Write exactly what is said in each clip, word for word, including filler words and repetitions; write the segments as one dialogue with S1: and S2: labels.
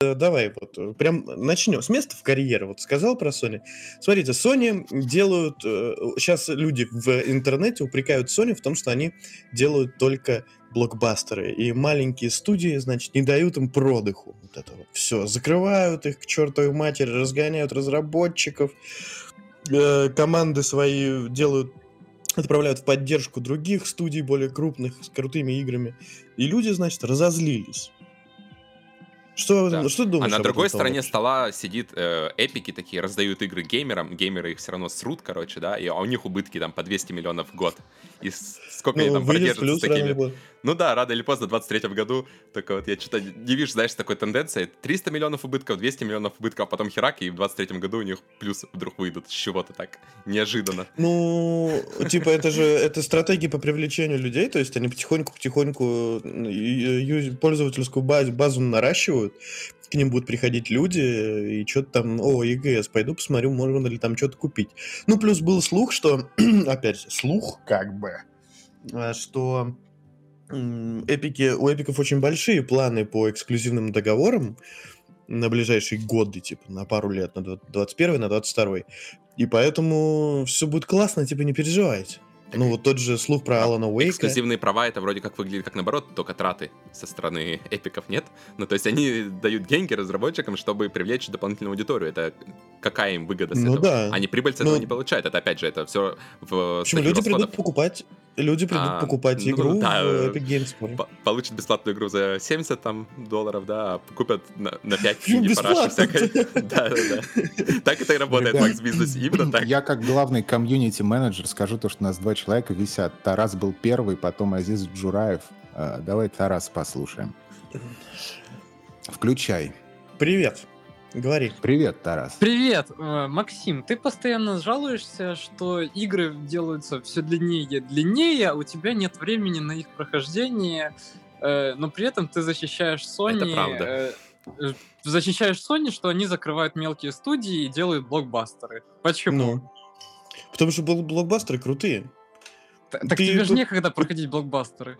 S1: Э, Давай вот э, прям начнем с места в карьеру. Вот сказал про Sony. Смотрите, Sony делают... Сейчас люди в интернете упрекают Sony в том, что они делают только блокбастеры. И маленькие студии, значит, не дают им продыху. Вот это вот все. Закрывают их к чертовой матери, разгоняют разработчиков. э, Команды свои делают, отправляют в поддержку других студий более крупных с крутыми играми. И люди, значит, разозлились. Что,
S2: Да.
S1: что ты думаешь
S2: А на
S1: об
S2: другой
S1: этом,
S2: стороне
S1: товарищ?
S2: стола сидит э, эпики такие, раздают игры геймерам, геймеры их все равно срут, короче, да, и, а у них убытки там по двести миллионов в год. И с- сколько они
S1: Ну,
S2: там
S1: выйдет в
S2: продержатся с
S1: плюс рано или
S2: такими...
S1: поздно.
S2: Ну да, рано или поздно, в двадцать третьем году, только вот я что-то не вижу, знаешь, такой тенденции. триста миллионов убытков, двести миллионов убытков, а потом херак, и в двадцать третьем году у них плюс вдруг выйдут с чего-то так неожиданно.
S1: Ну, типа, это же это стратегия по привлечению людей, то есть они потихоньку-потихоньку м, ю- ю- пользовательскую базу, базу наращивают, к ним будут приходить люди, и что-то там, о, и гэ эс, пойду посмотрю, можно ли там что-то купить. Ну, плюс был слух, что, опять же, слух, как бы, э, что м, эпики, у эпиков очень большие планы по эксклюзивным договорам на ближайшие годы, типа, на пару лет, на двадцать первый, на двадцать второй. И поэтому все будет классно, типа, не переживайте.
S2: Так
S1: Ну,
S2: и-
S1: вот тот же слух про
S2: А
S1: Алана Уэйка.
S2: эксклюзивные права, это вроде как выглядит как наоборот, только траты со стороны эпиков, нет? Ну, то есть они дают деньги разработчикам, чтобы привлечь дополнительную аудиторию. Это какая им выгода с
S1: Ну
S2: этого?
S1: да.
S2: Они прибыль с
S1: Ну,
S2: этого не получают. Это, опять же, это все в
S1: Почему?
S2: статью
S1: Люди
S2: расходов.
S1: придут покупать, люди придут
S2: А,
S1: покупать
S2: ну
S1: игру
S2: да,
S1: в
S2: э,
S1: Epic Games Store.
S2: по- получат бесплатную игру за семьдесят там долларов, да, а купят на, на пять
S1: Почему
S2: инди параши
S1: бесплатно?
S2: всякой. Да, да, да. Так это и работает в
S3: Ребят,
S2: Max Business. Именно так.
S3: я как главный комьюнити-менеджер скажу то, что у нас два человека висят. Тарас был первый, потом Азиз Джураев. А, Давай Тарас послушаем. Включай.
S1: Привет. Говори.
S3: Привет, Тарас.
S4: Привет, э, Максим, ты постоянно жалуешься, что игры делаются все длиннее и длиннее, а у тебя нет времени на их прохождение, э, но при этом ты защищаешь Sony...
S2: Это правда.
S4: э, э, защищаешь Sony, что они закрывают мелкие студии и делают блокбастеры. Почему?
S1: Ну, потому что был блокбастеры крутые.
S4: Т- Так
S1: ты
S4: тебе же
S1: тут-
S4: некогда проходить блокбастеры.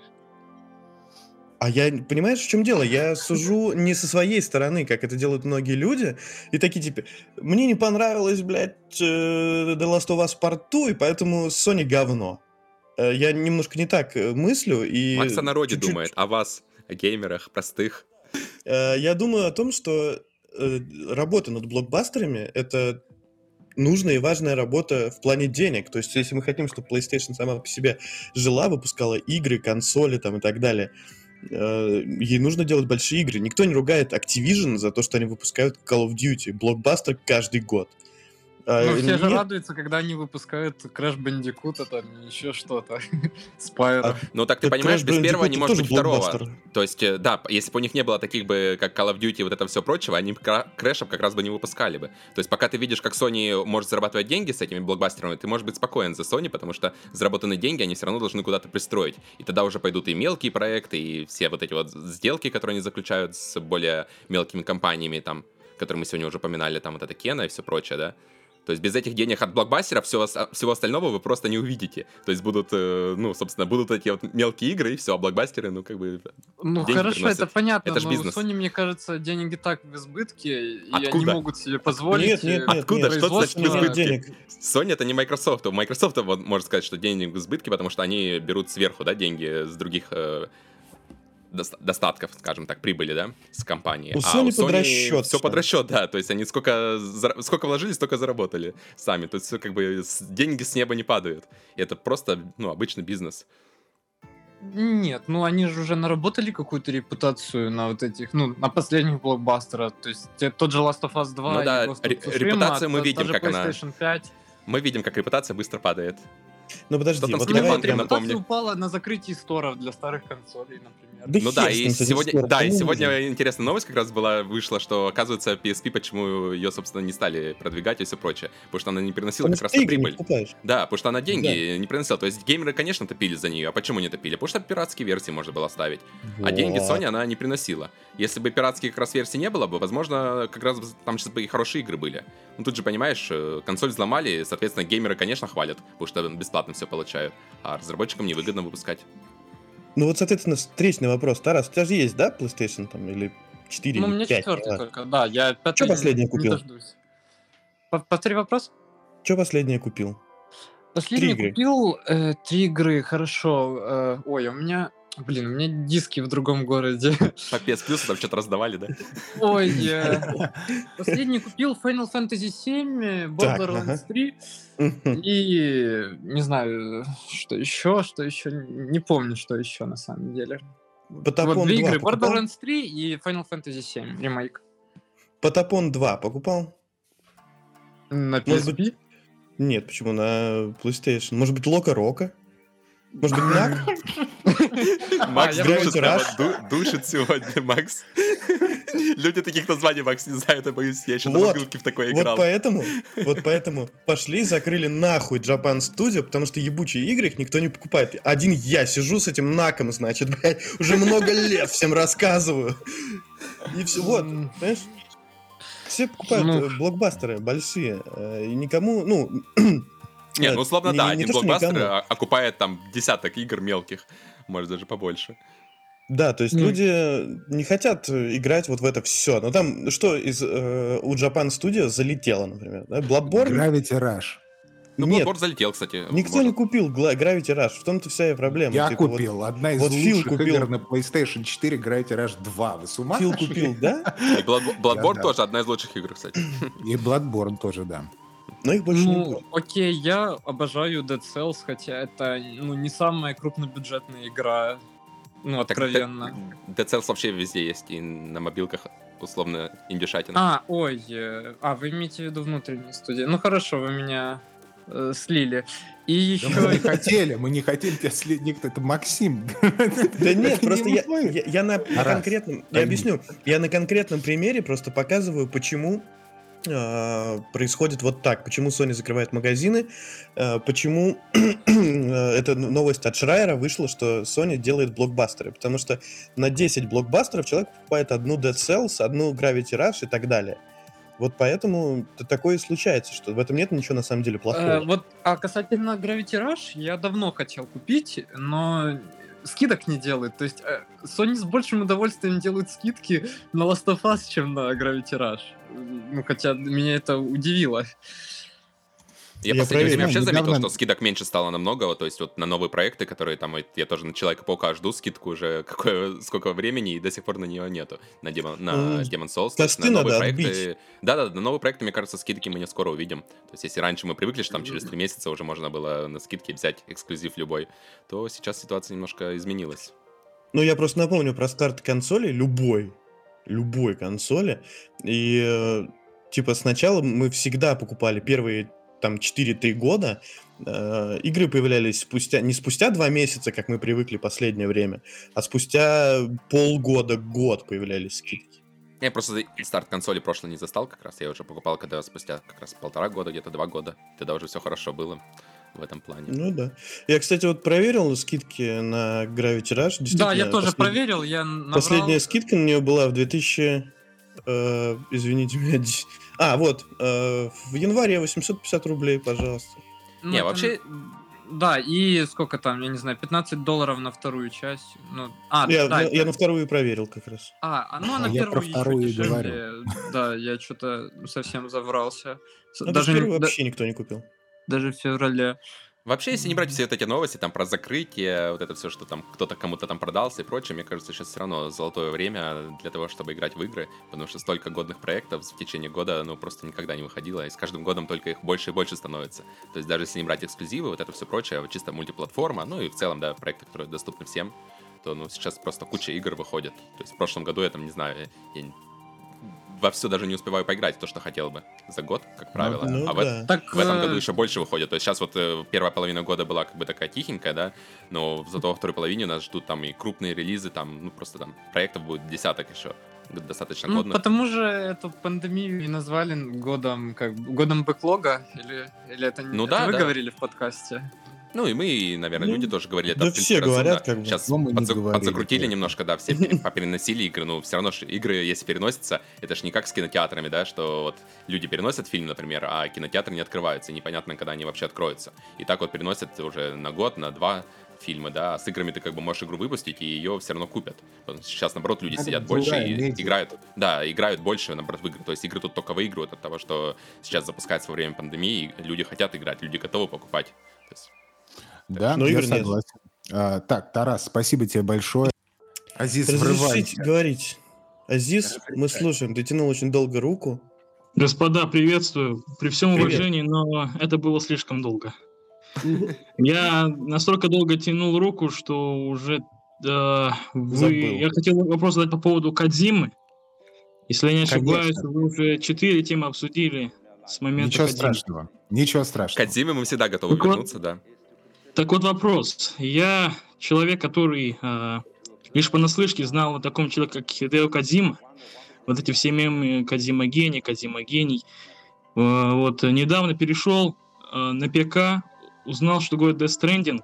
S1: А я, понимаешь, в чем дело? Я сужу не со своей стороны, как это делают многие люди, и такие типа, мне не понравилось, блядь, э, The Last of Us Part два, и поэтому Sony говно. Э, Я немножко не так э, мыслю, и...
S2: Макс о народе
S1: чуть-чуть-
S2: думает, о вас, о геймерах, простых.
S1: Э, Я думаю о том, что э, работа над блокбастерами — это нужная и важная работа в плане денег. То есть, если мы хотим, чтобы PlayStation сама по себе жила, выпускала игры, консоли там и так далее, э, ей нужно делать большие игры. Никто не ругает Activision за то, что они выпускают Call of Duty, блокбастер каждый год. А,
S4: Ну, все же
S1: нет,
S4: радуются, когда они выпускают Crash Bandicoot, там еще что-то. Спайро.
S2: Ну так ты
S1: так
S2: понимаешь,
S1: Crash
S2: без первого
S1: Bandicoot
S2: не может
S1: тоже
S2: быть второго.
S1: блокбастер.
S2: То есть, э, да, если бы у них не было таких бы, как Call of Duty и вот это все прочего, они кра- крэшев как раз бы не выпускали бы. То есть, пока ты видишь, как Sony может зарабатывать деньги с этими блокбастерами, ты можешь быть спокоен за Sony, потому что заработанные деньги они все равно должны куда-то пристроить. И тогда уже пойдут и мелкие проекты, и все вот эти вот сделки, которые они заключают с более мелкими компаниями, там, которые мы сегодня уже упоминали, там вот это Кена и все прочее, да. То есть без этих денег от блокбастеров всего, всего остального вы просто не увидите. То есть будут, э, ну, собственно, будут эти вот мелкие игры, и все, а блокбастеры, ну, как бы...
S4: Ну
S2: деньги
S4: хорошо,
S2: приносят.
S4: это понятно,
S2: Это ж
S4: но
S2: бизнес.
S4: у Sony, мне кажется, деньги так в избытке, и они
S2: Откуда?
S4: могут себе позволить...
S1: Нет, нет,
S4: э,
S1: нет,
S2: Откуда?
S1: нет,
S2: Что значит
S1: производство
S2: избытки?
S1: денег.
S2: Sony это не Microsoft. У Microsoft вот, можно сказать, что денег в избытке, потому что они берут сверху, да, деньги с других э, доста- достатков, скажем так, прибыли, да, с компании.
S1: У Sony под расчет
S2: все
S1: всё.
S2: под расчет, да. То есть они сколько, зара- сколько вложили, столько заработали сами. То есть все как бы с- деньги с неба не падают. И это просто, ну, обычный бизнес.
S4: Нет, ну они же уже наработали какую-то репутацию на вот этих, ну, на последних блокбастерах. То есть те- тот же Last of Us два
S2: Ну
S4: и
S2: да,
S4: Ghost of
S2: ре-
S4: Tsushima,
S2: репутацию мы
S4: та-
S2: видим,
S4: та же
S2: как она-
S4: PlayStation пять.
S2: Мы видим, как репутация быстро падает.
S1: Ну подожди,
S2: Что там
S1: вот
S2: с
S1: давай
S2: Киберпанком,
S1: прям...
S2: напомни.
S4: Репутация упала на закрытии сторов для старых консолей, например.
S1: Да
S2: Ну
S1: хер
S2: да,
S1: с
S2: и
S1: ним, с этим
S2: сегодня,
S1: спором,
S2: да, и
S1: кому
S2: сегодня
S1: нужен?
S2: интересная новость как раз была, вышла, что, оказывается, пи эс пи, почему ее, собственно, не стали продвигать и все прочее. Потому что она не приносила
S1: Потому
S2: как
S1: что
S2: раз
S1: ты игры не
S2: прибыль.
S1: покупаешь.
S2: Да, потому что она деньги не приносила. То есть геймеры, конечно, топили за нее. А почему не топили? Потому что пиратские версии можно было ставить. А деньги
S1: Вот.
S2: Sony она не приносила. Если бы пиратских как раз версий не было бы, возможно, как раз там сейчас бы и хорошие игры были. Ну тут же, понимаешь, э, консоль взломали, соответственно, геймеры, конечно, хвалят, потому что бесплатно все получают. А разработчикам невыгодно выпускать.
S1: Ну вот, соответственно, встречный вопрос. Тарас, у тебя же есть, да, PlayStation там, или четыре
S4: Ну, у
S1: или
S4: меня
S1: пять.
S4: четвертый только, да, я пятый
S1: Что
S4: не,
S1: последнее
S4: не
S1: купил?
S4: дождусь. По- Повтори вопрос.
S1: Что последнее купил? Три
S4: Последний
S1: игры.
S4: купил э, три игры, хорошо. э, ой, у меня, блин, у меня диски в другом городе.
S2: По пи эс Plus там что-то раздавали, да?
S4: Ой, э, последний купил Final Fantasy семь, э,
S1: Так,
S4: Borderlands
S1: ага.
S4: три
S1: Мгм.
S4: и не знаю, что еще, что еще, не помню, что еще на самом деле. Вот
S1: Потапон
S4: две
S1: два
S4: игры,
S1: покупал?
S4: Borderlands три и Final Fantasy семь ремейк.
S1: Потапон два покупал?
S4: На пи
S1: Может
S4: эс пи?
S1: быть... Нет, почему? На PlayStation. Может быть, Лока Рока? Может быть, Нак?
S2: Макс
S4: я
S2: душит,
S1: Gravity
S2: прямо
S1: Rush?
S2: ду- душит сегодня, Макс. Люди таких названий, Макс, не знают, я боюсь, я еще на
S1: Вот.
S2: мобилке в такое
S1: Вот
S2: играл.
S1: поэтому, вот поэтому пошли, закрыли нахуй Japan Studio, потому что ебучие игры их никто не покупает. Один я сижу с этим наком, значит, блядь, уже много лет всем рассказываю. И все, вот,
S4: М,
S1: понимаешь? Все покупают
S4: Ну,
S1: э, блокбастеры большие, э, и никому, ну...
S2: Не,
S1: э,
S2: ну условно,
S1: не-
S2: да,
S1: не
S2: один
S1: то, что
S2: блокбастер
S1: никому.
S2: а- окупает там десяток игр мелких, может даже побольше.
S1: Да, то есть
S4: Ну.
S1: люди не хотят э, играть вот в это все. Но там что из э, у Japan Studio залетело, например, да? Bloodborne?
S3: Gravity Rush.
S2: Ну,
S1: Нет,
S2: Bloodborne залетел, кстати.
S1: никто
S2: может.
S1: не купил Gla- Gravity Rush. В том-то вся и проблема.
S3: Я
S1: Типа, вот
S3: купил. Одна из
S1: вот Фил
S3: лучших
S1: купил.
S3: игр на PlayStation четыре Gravity Rush два. Вы с ума
S1: Фил
S3: сошли?
S1: купил, да?
S2: И Blood- Bloodborne
S3: да.
S2: тоже одна из лучших игр, кстати.
S3: И Bloodborne тоже, да.
S1: Но их больше не
S4: Ну,
S1: будет.
S4: окей, я обожаю Dead Cells, хотя это ну, не самая крупнобюджетная игра, ну,
S2: Так,
S4: откровенно.
S2: Dead Cells вообще везде есть, и на мобилках условно индюшатина.
S4: А, ой, э, а, вы имеете в виду внутренние студии. Ну, хорошо, вы меня э, слили. И
S3: Да мы не
S4: еще...
S3: хотели, мы не хотели тебя слить. Никто, это Максим.
S1: Да нет,
S3: Это
S1: просто
S3: не
S1: я,
S3: мы.
S1: я, я на, на
S3: Раз,
S1: конкретном, я
S3: пойми.
S1: объясню, я на конкретном примере просто показываю, почему а, происходит вот так, почему Sony закрывает магазины, а, почему эта новость от Шрайера вышла, что Sony делает блокбастеры, потому что на десять блокбастеров человек покупает одну Dead Cells, одну Gravity Rush и так далее. Вот поэтому т- такое и случается, что в этом нет ничего на самом деле
S4: Э,
S1: плохого.
S4: вот, а касательно Gravity Rush, я давно хотел купить, но скидок не делает. То есть э, Sony с большим удовольствием делают скидки на Last of Us, чем на Gravity Rush. Ну, хотя меня это удивило.
S2: Я,
S1: Я
S2: в последнее время
S3: проверил.
S2: вообще заметил,
S3: Недавно-
S2: что скидок меньше стало намного, вот, то есть вот на новые проекты, которые там, вот, я тоже на Человека-паука жду скидку уже какое, сколько времени, и до сих пор на нее нету, на, Demon, на
S1: Ну,
S2: Demon's Souls. То есть
S1: косты
S2: на новые
S1: надо
S2: проекты...
S1: отбить.
S2: Да-да, на новые проекты, мне кажется, скидки мы не скоро увидим. То есть если раньше мы привыкли, что там через три месяца уже можно было на скидке взять эксклюзив любой, то сейчас ситуация немножко изменилась.
S1: Ну, я просто напомню про старт консоли, любой, любой консоли. И, э, типа, сначала мы всегда покупали первые, там, четыре-три года. э, игры появлялись спустя, не спустя два месяца, как мы привыкли последнее время, а спустя полгода, год появлялись скидки.
S2: Я просто старт консоли прошлый не застал как раз, я уже покупал, когда спустя как раз полтора года, где-то два года, тогда уже все хорошо было в этом плане.
S1: Ну да. Я, кстати, вот проверил скидки на Gravity Rush.
S4: Да,
S1: Действительно,
S4: я тоже
S1: послед-
S4: проверил, я наврал.
S1: Последняя скидка на нее была в две тысячи... э, извините меня. ди- А, вот. э, в январе восемьсот пятьдесят рублей, пожалуйста.
S4: Ну,
S2: Не,
S4: это-
S2: вообще-
S4: Да, и сколько там, я не знаю, пятнадцать долларов на вторую часть. Ну, а,
S1: Я,
S4: да,
S1: на,
S4: это-
S1: я на вторую проверил как раз.
S4: А, а ну а на
S3: А я
S4: первую
S3: про вторую и
S4: еще
S3: говорю.
S4: дешевле. Да, я что-то совсем заврался. С-
S1: Ну,
S4: Даже,
S1: даже первую
S4: да-
S1: вообще никто не купил.
S4: даже в феврале.
S2: Вообще, если не брать все вот эти новости там про закрытие, вот это все, что там кто-то кому-то там продался и прочее, мне кажется, сейчас все равно золотое время для того, чтобы играть в игры, потому что столько годных проектов в течение года, ну, просто никогда не выходило, и с каждым годом только их больше и больше становится. То есть даже если не брать эксклюзивы, вот это все прочее, вот чисто мультиплатформа, ну и в целом, да, проекты, которые доступны всем, то, ну, сейчас просто куча игр выходит. То есть в прошлом году я там, не знаю, я во все даже не успеваю поиграть, то, что хотел бы за год, как правило.
S1: Ну
S2: а в,
S1: да.
S4: Так,
S2: в этом
S4: э,
S2: году еще больше выходит. То есть сейчас вот э, первая половина года была как бы такая тихенькая, да, но зато во второй половине нас ждут там и крупные релизы, там, ну, просто там проектов будет десяток еще, достаточно
S4: ну,
S2: годных.
S4: потому же эту пандемию и назвали годом, как бы, годом бэклога, или, или это, не-
S2: Ну
S4: это
S2: да,
S4: вы
S2: да.
S4: говорили в подкасте?
S2: Ну и мы, и, наверное,
S1: Ну,
S2: люди тоже говорили.
S1: да
S2: в принципе,
S1: все
S2: разумно.
S1: говорят, как бы.
S2: Сейчас
S3: Но мы не
S2: подзак-
S3: говорили,
S2: подзакрутили
S3: конечно.
S2: немножко, да, все пере- попереносили игры, ну, все равно ж игры, если переносятся, это ж не как с кинотеатрами, да, что вот люди переносят фильм, например, а кинотеатры не открываются, и непонятно, когда они вообще откроются. И так вот переносят уже на год, на два, фильмы, да, а с играми ты как бы можешь игру выпустить, и ее все равно купят. Сейчас, наоборот, люди
S3: Это
S2: сидят больше
S3: другая
S2: и
S3: медиа.
S2: играют, да, играют больше, наоборот, в игры. То есть игры тут только выигрывают от того, что сейчас запускается во время пандемии, и люди хотят играть, люди готовы покупать. То есть,
S3: Да,
S1: Но
S3: я
S1: игр нет.
S3: согласен. А, так, Тарас, спасибо тебе большое. Азиз,
S1: Разрешите
S3: врывайся.
S1: говорить. Азиз, мы слушаем. Ты тянул очень долго руку.
S5: Господа, приветствую. При всем
S1: Привет.
S5: уважении, но это было слишком долго. Я настолько долго тянул руку, что уже э, вы...
S1: Забыл.
S5: Я хотел вопрос задать по поводу Кодзимы. Если я не ошибаюсь,
S3: Конечно.
S5: вы уже четыре темы обсудили с момента
S3: Ничего
S5: Кодзимы.
S3: страшного. Ничего страшного.
S2: Кодзиме мы всегда готовы
S5: Так вот.
S2: вернуться, да.
S5: Так вот вопрос. Я человек, который э, лишь понаслышке знал о таком человеке, как Хидео Кодзима. Вот эти все мемы Кодзима гений, Кодзима гений. Э, вот недавно перешел э, на ПК, узнал, что такое Death Stranding,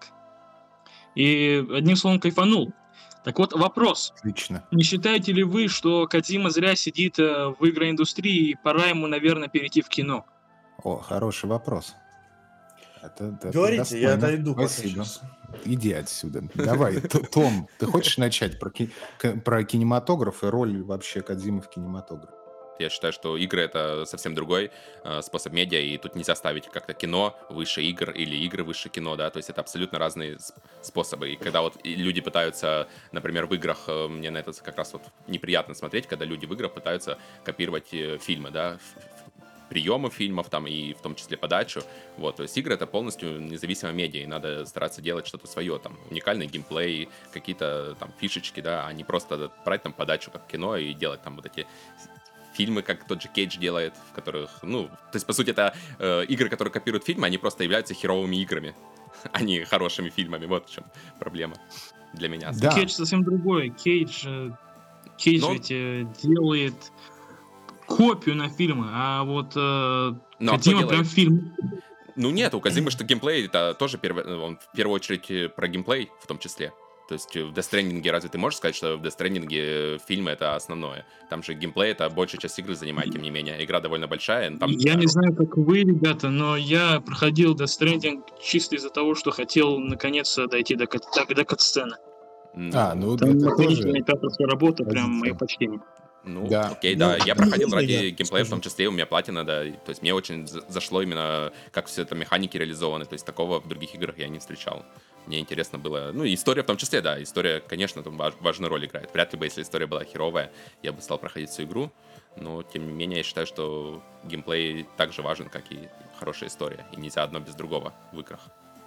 S5: и одним словом кайфанул. Так вот вопрос.
S3: Отлично.
S5: Не считаете ли вы, что Кодзима зря сидит э, в игроиндустрии, и пора ему, наверное, перейти в кино?
S3: О, хороший вопрос. Это, это
S1: Говорите, я
S3: достойно.
S1: отойду пока
S3: Спасибо.
S1: сейчас.
S3: Иди отсюда. Давай, Т- Том, ты хочешь начать про, ки- к- про кинематограф и роль вообще Кодзимы в кинематографе?
S2: Я считаю, что игры — это совсем другой э, способ медиа, и тут нельзя ставить как-то кино выше игр или игры выше кино, да, то есть это абсолютно разные сп- способы. И когда вот и люди пытаются, например, в играх, э, мне на это как раз вот неприятно смотреть, когда люди в играх пытаются копировать э, фильмы, да, ф- ф- приемы фильмов там и в том числе подачу, вот, то есть игры — это полностью независимое медиа, и надо стараться делать что-то свое, там, уникальный геймплей, какие-то там фишечки, да, а не просто брать там подачу как кино и делать там вот эти фильмы, как тот же Кейдж делает, в которых, ну, то есть, по сути, это э, игры, которые копируют фильмы, они просто являются херовыми играми, а не хорошими фильмами, вот в чем проблема для меня.
S3: Да.
S5: Кейдж совсем другой. Кейдж, э, Кейдж
S2: Но-
S5: ведь э, делает копию на фильмы, а вот э,
S2: Ну, а кто
S5: Кодзима
S2: делает?
S5: прям фильм.
S2: Ну нет, у Кодзимы что геймплей, это тоже перв... он в первую очередь э, про геймплей в том числе. То есть в Death Stranding разве ты можешь сказать, что в Death Stranding фильмы — это основное? Там же геймплей — это большая часть игры занимает, тем не менее. Игра довольно большая. Там,
S5: Я
S2: да,
S5: не знаю, как вы, ребята, но я проходил Death Stranding чисто из-за того, что хотел наконец-то дойти до, кат- до, до кат-сцены.
S2: м,
S3: А, ну
S5: Там
S3: это
S5: охренительная
S3: тоже...
S5: операторская работа, прям
S3: позиция.
S5: мое почтение.
S2: Ну,
S3: Да.
S2: окей,
S1: Ну,
S2: да. Я проходил
S1: можно
S2: ради
S1: я
S2: геймплея, в
S1: скажу?
S2: том числе у меня платина, да. и- То есть мне очень за- зашло именно, как все это механики реализованы. То есть такого в других играх я не встречал. Мне интересно было. Ну, и история в том числе, да. История, конечно, там важ- важную роль играет. Вряд ли бы, если история была херовая, я бы стал проходить всю игру. Но, тем не менее, я считаю, что геймплей так же важен, как и хорошая история. И нельзя одно без другого в играх.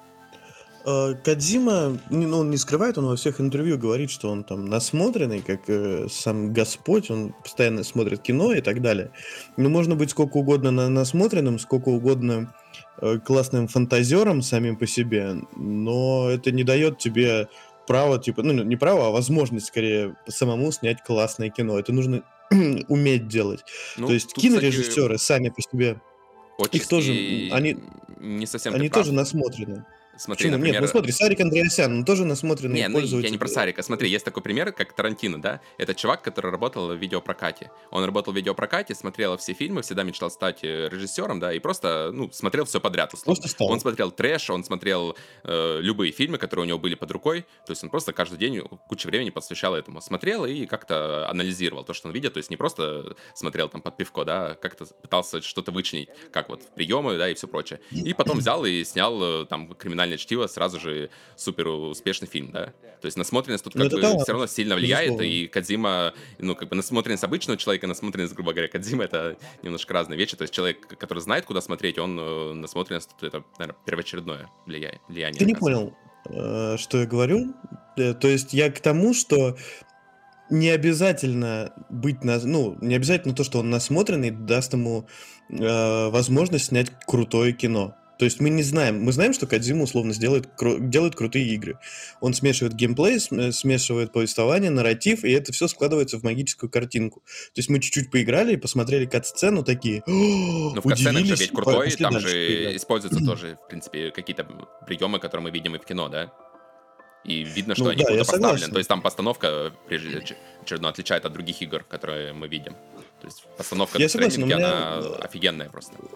S1: Э, Кодзима, не- ну, он не скрывает, он во всех интервью говорит, что он там насмотренный, как э, сам Господь, он постоянно смотрит кино и так далее. Но можно быть сколько угодно на- насмотренным, сколько угодно э, классным фантазером самим по себе, но это не дает тебе права, типа, ну, не право, а возможность, скорее, самому снять классное кино. Это нужно уметь делать.
S2: Ну,
S1: То есть
S2: тут,
S1: кинорежиссеры сами по себе,
S2: кстати,
S1: их тоже,
S2: отчасти
S1: они-
S2: не совсем ты
S1: они
S2: прав.
S1: тоже насмотрены.
S2: Смотри,
S1: Почему?
S2: например...
S1: Нет, ну смотри, Сарик Андреасян, он тоже насмотренный
S2: Не, ну я
S1: пользователь.
S2: не про Сарика. Смотри, есть такой пример, как Тарантино, да? Это чувак, который работал в видеопрокате. Он работал в видеопрокате, смотрел все фильмы, всегда мечтал стать э, режиссером, да, и просто, ну, смотрел все подряд, условно.
S1: Просто стал.
S2: Он смотрел трэш, он смотрел э, любые фильмы, которые у него были под рукой. То есть он просто каждый день кучу времени посвящал этому. Смотрел и как-то анализировал то, что он видит. То есть не просто смотрел там под пивко, да, а как-то пытался что-то вычленить, как вот приемы, да, и все прочее. И потом взял и снял э, там «Криминальное чтиво», сразу же супер успешный фильм, да. То есть насмотренность тут
S1: Ну,
S2: как
S1: это
S2: бы
S1: талант,
S2: все равно сильно влияет,
S1: безусловно.
S2: и Кодзима, ну, как бы насмотренность обычного человека, насмотренность, грубо говоря, Кодзима — это немножко разные вещи. То есть человек, который знает, куда смотреть, он э, насмотренность, тут это, наверное, первоочередное влия- влияние.
S1: Ты не
S2: оказывает.
S1: понял, э, что я говорю? Э, То есть я к тому, что не обязательно быть, на, ну, не обязательно то, что он насмотренный, даст ему э, возможность снять крутое кино. То есть мы не знаем, мы знаем, что Кодзима условно сделает, кру- делает крутые игры. Он смешивает геймплей, см- смешивает повествование, нарратив, и это все складывается в магическую картинку. То есть мы чуть-чуть поиграли и посмотрели кат-сцену, такие,
S2: Ну, в катсценах же
S1: удивились,
S2: ведь
S1: и
S2: крутой,
S1: пошли
S2: там
S1: дальше
S2: же
S1: поиграть.
S2: используются тоже, в принципе, какие-то приемы, которые мы видим и в кино, да? И видно, что
S1: Ну
S2: они
S1: да, я
S2: круто поставлены.
S1: согласен.
S2: То есть там постановка, прежде ч- очередно, отличает от других игр, которые мы видим. То есть постановка
S1: Я
S2: Death
S1: согласен,
S2: Stranding,
S1: у меня-
S2: она офигенная просто.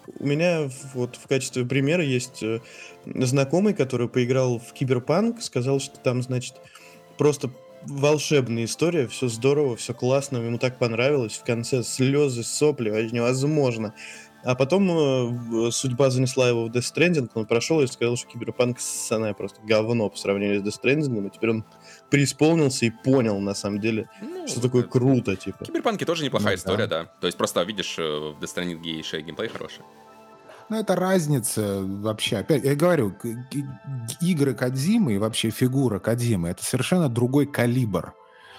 S1: У меня в- вот в качестве примера есть э, знакомый, который поиграл в Киберпанк, сказал, что там, значит, просто волшебная история, все здорово, все классно, ему так понравилось, в конце слезы, сопли, вообще невозможно. А потом э, в- судьба занесла его в Death Stranding, он прошел и сказал, что Киберпанк ссаное просто говно по сравнению с Death Stranding, и теперь он преисполнился и понял, на самом деле,
S2: Ну,
S1: что такое
S2: да.
S1: круто, типа.
S2: В Киберпанке тоже неплохая
S3: Ну,
S2: история,
S3: да.
S2: да. То есть просто видишь, э, в Death Stranding еще и геймплей хороший.
S3: Ну, это разница вообще. Опять, я говорю, к- к- игры Кодзимы и вообще фигура Кодзимы — это совершенно другой калибр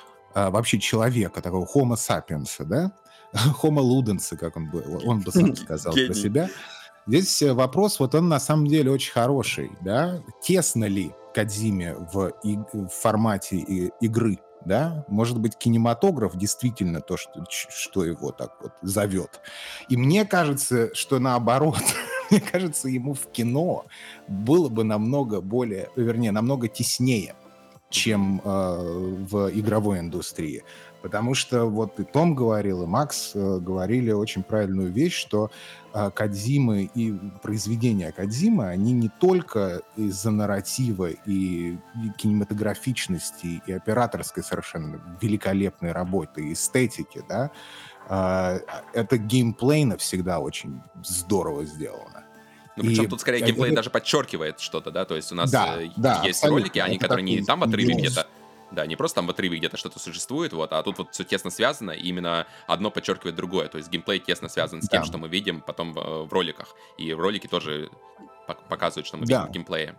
S3: а, вообще человека, такого homo sapiens, да? Homo ludens, как он бы, он бы сам сказал про
S2: Гений.
S3: себя. Здесь э, вопрос, вот он на самом деле очень хороший, да? Тесно ли Кодзиме в, и- в формате и- игры, да? Может быть, кинематограф действительно то, что, ч- что его так вот зовет. И мне кажется, что наоборот, мне кажется, ему в кино было бы намного более, вернее, намного теснее, чем э, в игровой индустрии. Потому что вот и Том говорил, и Макс э, говорили очень правильную вещь, что э, Кодзимы и произведения Кодзимы, они не только из-за нарратива и, и кинематографичности, и операторской совершенно великолепной работы, и эстетики, да, э, это геймплейно всегда очень здорово сделано.
S2: Ну, причем
S3: И
S2: тут скорее
S3: я-
S2: геймплей
S3: это-
S2: даже подчеркивает что-то, да, то есть у нас
S3: Да,
S2: э,
S3: да,
S2: есть
S3: абсолютно.
S2: ролики, они,
S3: Это
S2: которые не
S3: такой
S2: там в отрыве
S3: симбиоз.
S2: где-то, да, не просто там в отрыве где-то что-то существует, вот, а тут вот все тесно связано, и именно одно подчеркивает другое, то есть геймплей тесно связан с тем,
S3: Да.
S2: что мы видим потом э, в роликах, и ролики тоже пок- показывают, что мы
S3: Да.
S2: видим в геймплее.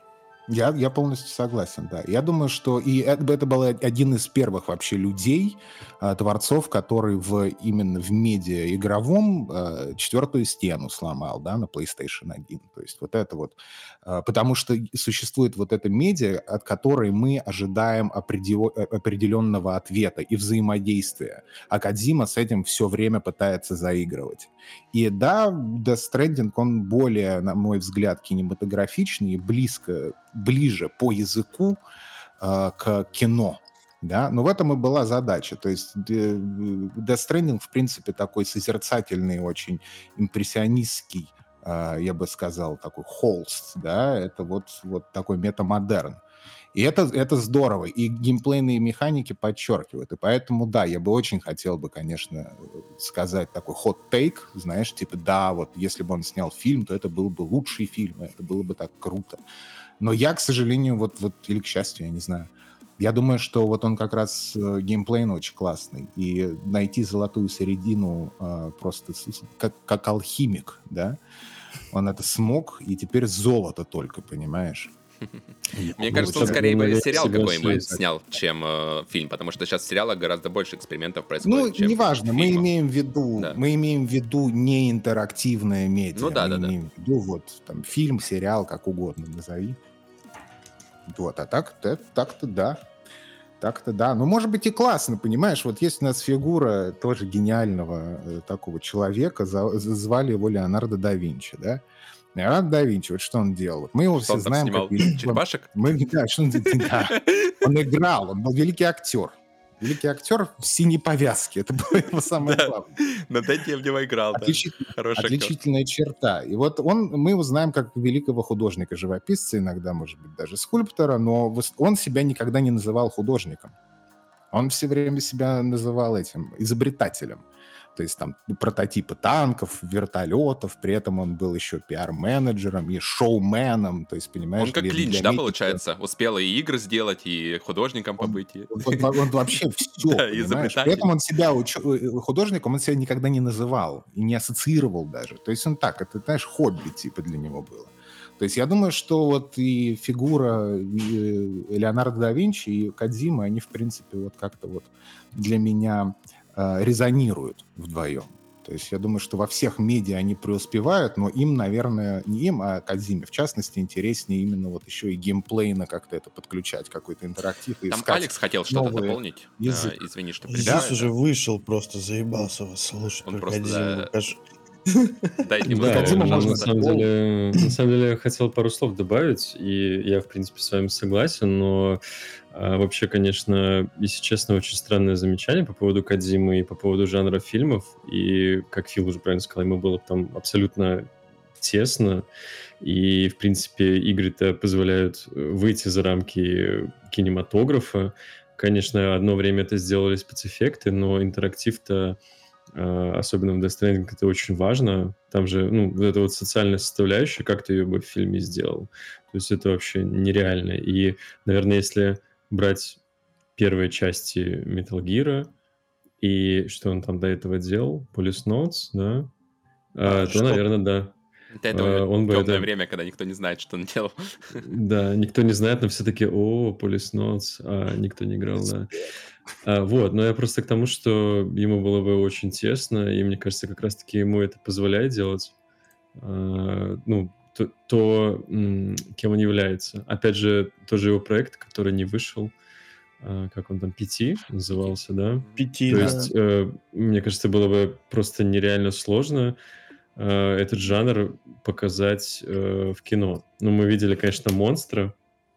S3: Я, я полностью согласен, да. Я думаю, что и это, это был один из первых вообще людей, а, творцов, который в, именно в медиа игровом а, четвертую стену сломал, да, на PlayStation один. То есть вот это вот, а, потому что существует вот эта медиа, от которой мы ожидаем определ- определенного ответа и взаимодействия. А Кодзима с этим все время пытается заигрывать. И да, Death Stranding, он более, на мой взгляд, кинематографичный и близко, ближе по языку э, к кино. Да? Но в этом и была задача. То есть э, Death Stranding, в принципе, такой созерцательный, очень импрессионистский, э, я бы сказал, такой холст. Да? Это вот, вот такой метамодерн. И это, это здорово. И геймплейные механики подчеркивают. И поэтому, да, я бы очень хотел бы, конечно, сказать такой hot-take, знаешь, типа, да, вот если бы он снял фильм, то это был бы лучший фильм, и это было бы так круто. Но я, к сожалению, вот, вот или к счастью, я не знаю, я думаю, что вот он как раз э, геймплейно очень классный. И найти золотую середину э, просто с- с- как, как алхимик, да, он это смог, и теперь золото только, понимаешь?
S2: Мне
S3: Ну,
S2: кажется,
S3: вот
S2: он
S3: так
S2: скорее бы
S6: я
S2: сериал какой-нибудь
S6: соглашусь.
S2: снял, чем э, фильм, потому что сейчас в сериалах гораздо больше экспериментов происходит,
S3: Ну,
S2: чем
S3: неважно,
S2: в
S3: мы
S2: фильмах.
S3: имеем в виду,
S2: Да.
S3: мы имеем в виду не интерактивное медиа,
S2: Ну да,
S3: мы
S2: да, да.
S3: имеем в виду вот там фильм, сериал, как угодно назови. Вот, а так, так- так-то да. Так-то да. Ну, может быть, и классно, понимаешь? Вот есть у нас фигура тоже гениального э, такого человека, за- за- звали его Леонардо да Винчи, да? Леонардо да Винчи, вот что он делал? Вот мы его
S2: Что
S3: все
S2: он там
S3: знаем
S2: снимал?
S3: как великого-
S2: Черепашек?
S3: Мы, да, что он, да. Он играл, он был великий актер. Великий актер в синей повязке. Это было его самое
S2: Да.
S3: главное.
S2: Над этим в него играл, да.
S3: Отличительная,
S2: Хороший актер.
S3: отличительная черта. И вот он, мы его знаем как великого художника, живописца, иногда, может быть, даже скульптора, но вос- он себя никогда не называл художником. Он все время себя называл этим изобретателем. То есть там прототипы танков, вертолетов, при этом он был еще пиар-менеджером и шоуменом, то есть, понимаешь...
S2: Он как
S3: для-
S2: Клинч,
S3: для
S2: да,
S3: медика-
S2: получается? Успел и игры сделать, и художником побыть. и-
S3: Он, он- он вообще все,
S2: Да,
S3: понимаешь?
S2: изобретатель.
S3: При этом он себя уч- э, художником, он себя никогда не называл и не ассоциировал даже. То есть он так, это, знаешь, хобби типа для него было. То есть я думаю, что вот и фигура и Леонардо да Винчи, и Кодзима, они, в принципе, вот как-то вот для меня э, резонируют вдвоем. То есть я думаю, что во всех медиа они преуспевают, но им, наверное, не им, а Кодзиме, в частности, интереснее именно вот еще и геймплейно как-то это подключать, какой-то интерактив. И
S2: Там
S3: искать
S2: Алекс хотел что-то
S3: новые
S2: дополнить.
S3: язык.
S2: А, извини, что
S1: Здесь
S2: перебиваю,
S1: уже
S2: да.
S1: вышел, просто заебался вас слушать.
S2: Он
S1: про
S2: просто,
S1: Кодзиму.
S2: да,
S1: Каж-
S2: Дайте ему
S3: Да,
S2: слово,
S3: Кодзима
S6: на,
S3: можно
S6: на
S2: пожалуйста.
S6: самом деле, на самом деле я хотел пару слов добавить, и я, в принципе, с вами согласен, но а, вообще, конечно, если честно, очень странное замечание по поводу Кодзимы и по поводу жанра фильмов, и, как Фил уже правильно сказал, ему было там абсолютно тесно, и, в принципе, игры-то позволяют выйти за рамки кинематографа. Конечно, одно время это сделали спецэффекты, но интерактив-то, э, особенно в Death Stranding, это очень важно. Там же, ну, вот эта вот социальная составляющая, как ты ее бы в фильме сделал. То есть это вообще нереально. И, наверное, если брать первые части Metal Gear и что он там до этого делал, Police Notes, да,
S1: А,
S6: э, то,
S1: что?
S6: наверное, да.
S2: До этого
S6: Э, он бы
S2: темное
S6: это...
S2: время, когда никто не знает, что он делал.
S6: Да, никто не знает, но все таки о, Police Notes, а никто не играл, да. А, вот, но я просто к тому, что ему было бы очень тесно, и мне кажется, как раз-таки ему это позволяет делать, а, ну, то, то, м, кем он является. Опять же, тоже его проект, который не вышел, а, как он там, пи ти назывался, да?
S1: Пяти,
S6: То
S1: да.
S6: есть, э, мне кажется, было бы просто нереально сложно э, этот жанр показать э, в кино. Ну, мы видели, конечно, «Монстра»,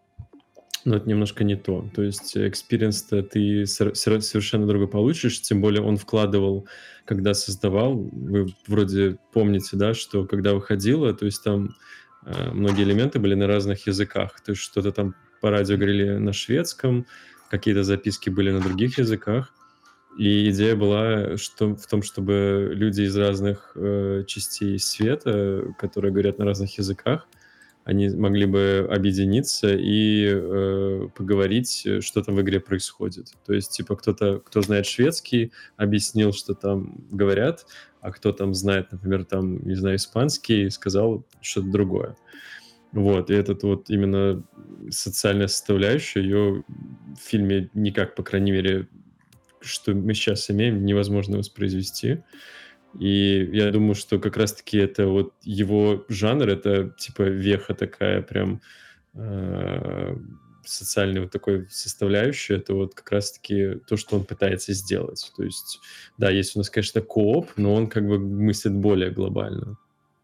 S6: но это немножко не то. То есть экспириенс-то ты сор- сор- совершенно другой получишь, тем более он вкладывал, когда создавал, вы вроде помните, да, что когда выходило, то есть там э, многие элементы были на разных языках. То есть что-то там по радио говорили на шведском, какие-то записки были на других языках. И идея была что, в том, чтобы люди из разных э, частей света, которые говорят на разных языках, они могли бы объединиться и э, поговорить, что там в игре происходит. То есть, типа, кто-то, кто знает шведский, объяснил, что там говорят, а кто там знает, например, там, не знаю, испанский, сказал что-то другое. Вот, и этот вот именно социальная составляющая, ее в фильме никак, по крайней мере, что мы сейчас имеем, невозможно воспроизвести. И я думаю, что как раз-таки это вот его жанр, это типа веха такая прям э, социальной вот такой составляющей, это вот как раз-таки то, что он пытается сделать. То есть, да, есть у нас, конечно, кооп, но он как бы мыслит более глобально.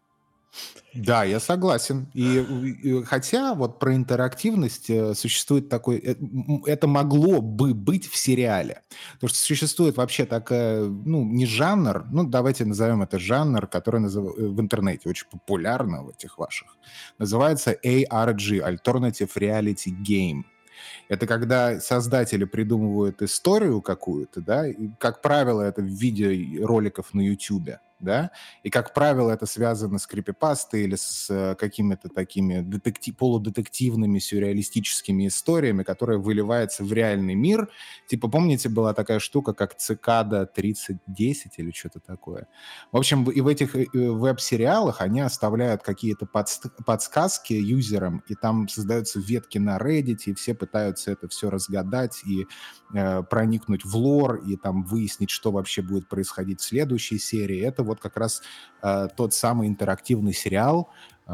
S3: Да, я согласен. И, и хотя вот про интерактивность э, существует такой... э, м, Это могло бы быть в сериале. Потому что существует вообще такая, ну, не жанр, ну, давайте назовем это жанр, который назыв- э, в интернете очень популярно в этих ваших. Называется эй ар джи, Alternative Reality Game. Это когда создатели придумывают историю какую-то, да, и, как правило, это в виде роликов на Ютубе, да, и, как правило, это связано с крипипастой или с э, какими-то такими детекти- полудетективными сюрреалистическими историями, которые выливаются в реальный мир. Типа, помните, была такая штука, как «Цикада тридцать десять» или что-то такое? В общем, и в этих э, веб-сериалах они оставляют какие-то подст- подсказки юзерам, и там создаются ветки на Reddit, и все пытаются это все разгадать и э, проникнуть в лор, и там выяснить, что вообще будет происходить в следующей серии. Это вот как раз э, тот самый интерактивный сериал,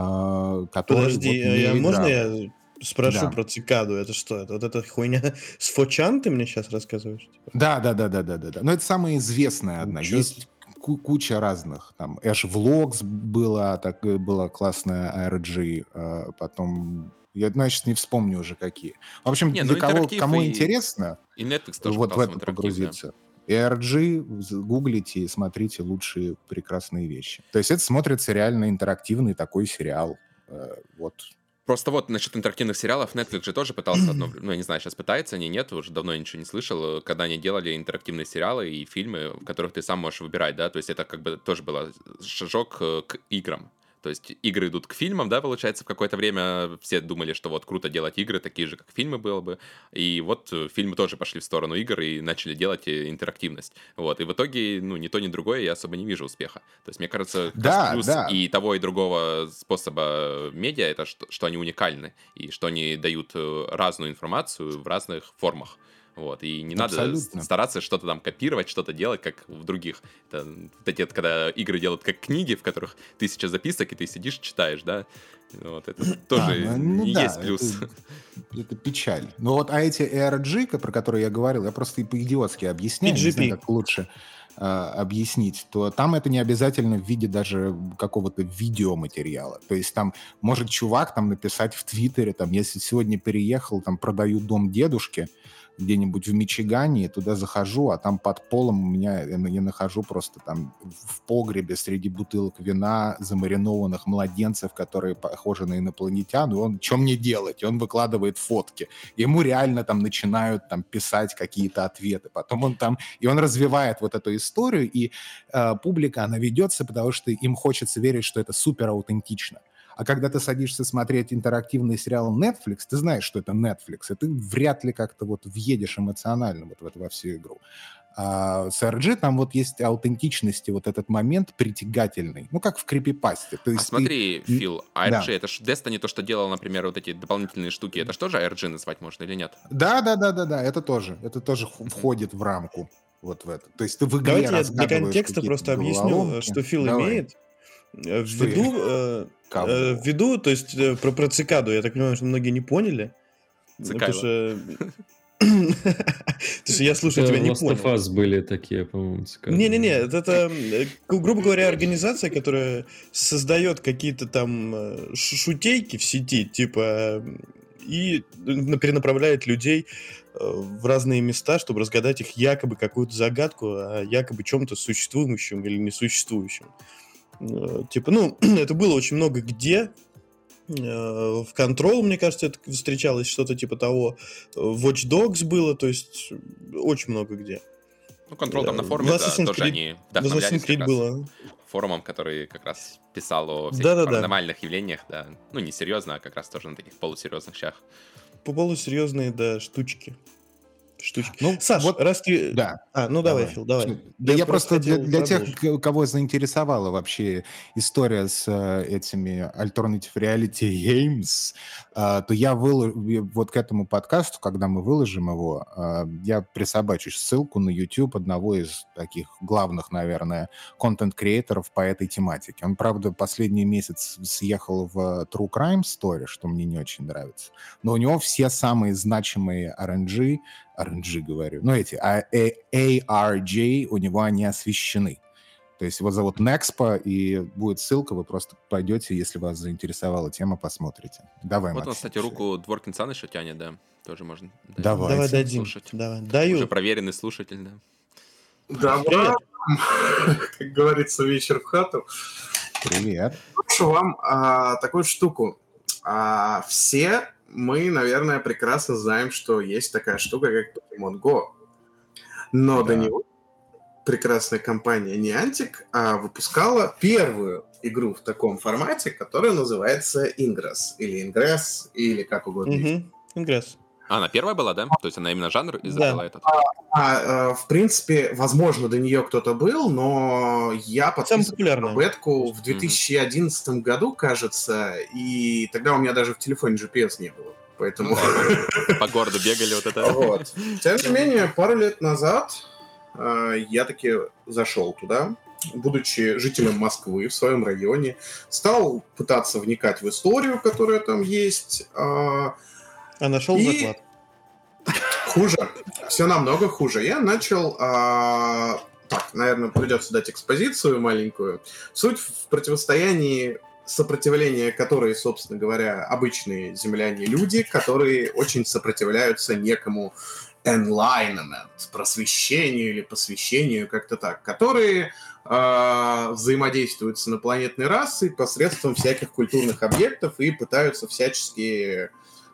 S3: э, который
S1: Подожди,
S3: вот
S1: а
S3: не
S1: я, можно
S3: игра.
S1: я спрошу
S3: Да.
S1: про цикаду? Это что? Это вот эта хуйня с фочан ты мне сейчас рассказываешь?
S3: Да, да, да, да, да, да, да. Но это самая известная одна.
S1: Ничего
S3: Есть ку- куча разных. Там Ash Vlogs была, так, э, была классная эй ар джи, э, потом я, значит, не вспомню уже какие. В общем,
S2: Не,
S3: для
S2: ну
S3: кого,
S2: интерактив
S3: кому
S2: и,
S3: интересно,
S2: и Netflix тоже
S3: вот в
S2: пытался в
S3: это
S2: интерактив, да.
S3: погрузиться. эй ар джи, з- гуглите и смотрите лучшие прекрасные вещи. То есть это смотрится реально интерактивный такой сериал. Э, Вот.
S2: Просто вот насчет интерактивных сериалов, Netflix же тоже пытался одно, вре- ну, я не знаю, сейчас пытается, они нет, уже давно я ничего не слышал, когда они делали интерактивные сериалы и фильмы, в которых ты сам можешь выбирать, да, то есть это как бы тоже был шажок э, к играм. То есть игры идут к фильмам, да, получается, в какое-то время все думали, что вот круто делать игры, такие же, как фильмы было бы, и вот э, фильмы тоже пошли в сторону игр и начали делать э, интерактивность, вот, и в итоге, ну, ни то, ни другое я особо не вижу успеха. То есть, мне кажется, как раз
S3: Да,
S2: плюс
S3: да.
S2: и того, и другого способа медиа, это что, что они уникальны, и что они дают э, разную информацию в разных формах. Вот, и не надо
S3: Абсолютно.
S2: с- стараться что-то там копировать, что-то делать, как в других. Это вот эти, вот, когда игры делают как книги, в которых тысяча записок, и ты сидишь, читаешь, да? Вот, это
S3: А,
S2: тоже
S3: ну, ну
S2: не
S3: да,
S2: есть плюс.
S3: Это, это печаль. Ну вот, а эти эй ар джи, про которые я говорил, я просто по-идиотски объясняю, не знаю,
S1: пи джи пи.
S3: как лучше. а, объяснить, то там это не обязательно в виде даже какого-то видеоматериала. То есть там может чувак там написать в Твиттере, там, если сегодня переехал, там, продаю дом дедушке где-нибудь в Мичигане, туда захожу, а там под полом у меня, я нахожу просто там в погребе среди бутылок вина замаринованных младенцев, которые похожи на инопланетян, и он, что мне делать? И он выкладывает фотки. Ему реально там начинают там писать какие-то ответы. Потом он там, и он развивает вот эту историю, и э, публика, она ведется, потому что им хочется верить, что это супер аутентично. А когда ты садишься смотреть интерактивный сериал Netflix, ты знаешь, что это Netflix, и ты вряд ли как-то вот въедешь эмоционально вот в эту во всю игру. А с эр джи там вот есть аутентичность и вот этот момент притягательный, ну, как в крипипасте. То есть
S2: а смотри,
S3: ты...
S2: Фил, эй ар джи,
S3: Да.
S2: это ж Destiny, то, что делал, например, вот эти дополнительные штуки, это что же эй ар джи назвать можно или нет?
S3: Да-да-да-да, это тоже, это тоже входит в рамку вот в это. То есть ты в игре
S1: Давайте я для
S3: разгадываешь
S1: контекста
S3: какие-то
S1: просто объясню,
S3: головоломки.
S1: что Фил
S3: Давай.
S1: имеет. Э,
S3: Что
S1: Ввиду, э,
S3: Кого?
S1: э, ввиду, то есть э, про, про цикаду, я так понимаю, что многие не поняли. Ну, потому
S2: Цикайло.
S1: что... То есть я слушаю
S6: Это
S1: тебя не
S6: Last of
S1: понял.
S6: Us были такие, по-моему, цикады.
S1: Не-не-не, это, э, грубо говоря, организация, которая создает какие-то там э, ш- шутейки в сети, типа, э, и н- перенаправляет людей э, в разные места, чтобы разгадать их якобы какую-то загадку о якобы чем-то существующем или несуществующем. Э, Типа, ну, это было очень много где. Э, В Control, мне кажется, это встречалось что-то типа того. В Watch Dogs было, то есть э, очень много где.
S2: Ну, Control там на
S1: В
S2: форуме, да,
S1: Assassin's
S2: тоже
S1: Creed-
S2: они
S1: В
S2: вдохновлялись
S1: Assassin's
S2: как
S1: Creed
S2: раз
S1: было.
S2: форумом, который как раз писал о всяких
S1: Да-да-да.
S2: паранормальных явлениях, да. Ну, не серьезно, а как раз тоже на таких полусерьезных щах.
S1: По полусерьезные, да, штучки. Штучки.
S3: Ну,
S1: Саш,
S3: вот-
S1: раз ты...
S3: Да.
S1: А, ну давай, Фил, давай.
S3: Да я,
S1: Я
S3: просто
S1: просто
S3: для,
S1: хотел
S3: для тех,
S1: продолжить.
S3: к- кого заинтересовала вообще история с э, этими Alternative Reality Games, э, то я выло- вот к этому подкасту, когда мы выложим его, э, я присобачу ссылку на YouTube одного из таких главных, наверное, контент-креаторов по этой тематике. Он, правда, последний месяц съехал в True Crime Story, что мне не очень нравится, но у него все самые значимые ар эн джи, ар эн джи говорю, ну эти, а, э, эй ар джи, у него они освещены. То есть его зовут Nexpo, и будет ссылка, вы просто пойдете, если вас заинтересовала тема, посмотрите. Давай,
S2: Вот он,
S3: Максим.
S2: кстати, руку Dworkin Sun еще тянет, да. Тоже можно. дать.
S3: Давайте.
S1: Давай дадим.
S2: Слушать.
S1: Давай. Даю.
S2: Уже проверенный слушатель, да.
S7: Добра, как говорится, вечер в хату.
S3: Привет.
S7: Прошу вам а, такую штуку. А, все мы, наверное, прекрасно знаем, что есть такая штука, как Pokemon Go. Но
S3: Да.
S7: до него прекрасная компания Niantic а, выпускала первую игру в таком формате, которая называется Ingress. Или Ingress, или как угодно.
S1: Угу. Ингресс.
S2: А, она первая была, да? То есть она именно жанр изобрела
S1: Да.
S2: этот?
S7: А, э, в принципе, возможно, до нее кто-то был, но я подписывал
S1: популярная.
S7: бетку в две тысячи одиннадцатом году, кажется, и тогда у меня даже в телефоне джи пи эс не было. Поэтому...
S2: По городу бегали вот это.
S7: Вот. Тем не менее, пару лет назад э, я таки зашел туда, будучи жителем Москвы в своем районе, стал пытаться вникать в историю, которая там есть. э,
S1: А нашел
S7: И-
S1: заклад.
S7: Хуже. Все намного хуже. Я начал... а, Так, наверное, придется дать экспозицию маленькую. Суть в противостоянии сопротивления, которые, собственно говоря, обычные земляне-люди, которые очень сопротивляются некому enlightenment, просвещению или посвящению, как-то так, которые а, взаимодействуют с инопланетной расой посредством всяких культурных объектов и пытаются всячески...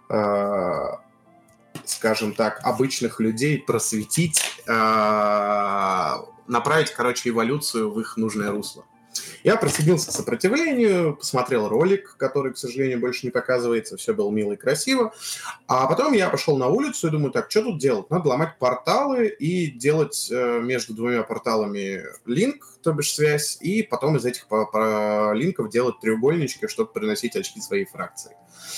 S7: а, скажем так, обычных людей просветить, э, направить, короче, эволюцию в их нужное русло. Я присоединился к сопротивлению, посмотрел ролик, который, к сожалению, больше не показывается, все было мило и красиво. А потом я пошел на улицу и думаю, так, что тут делать? Надо ломать порталы и делать э, между двумя порталами линк, то бишь связь, и потом из этих по- по- линков делать треугольнички, чтобы приносить очки своей фракции.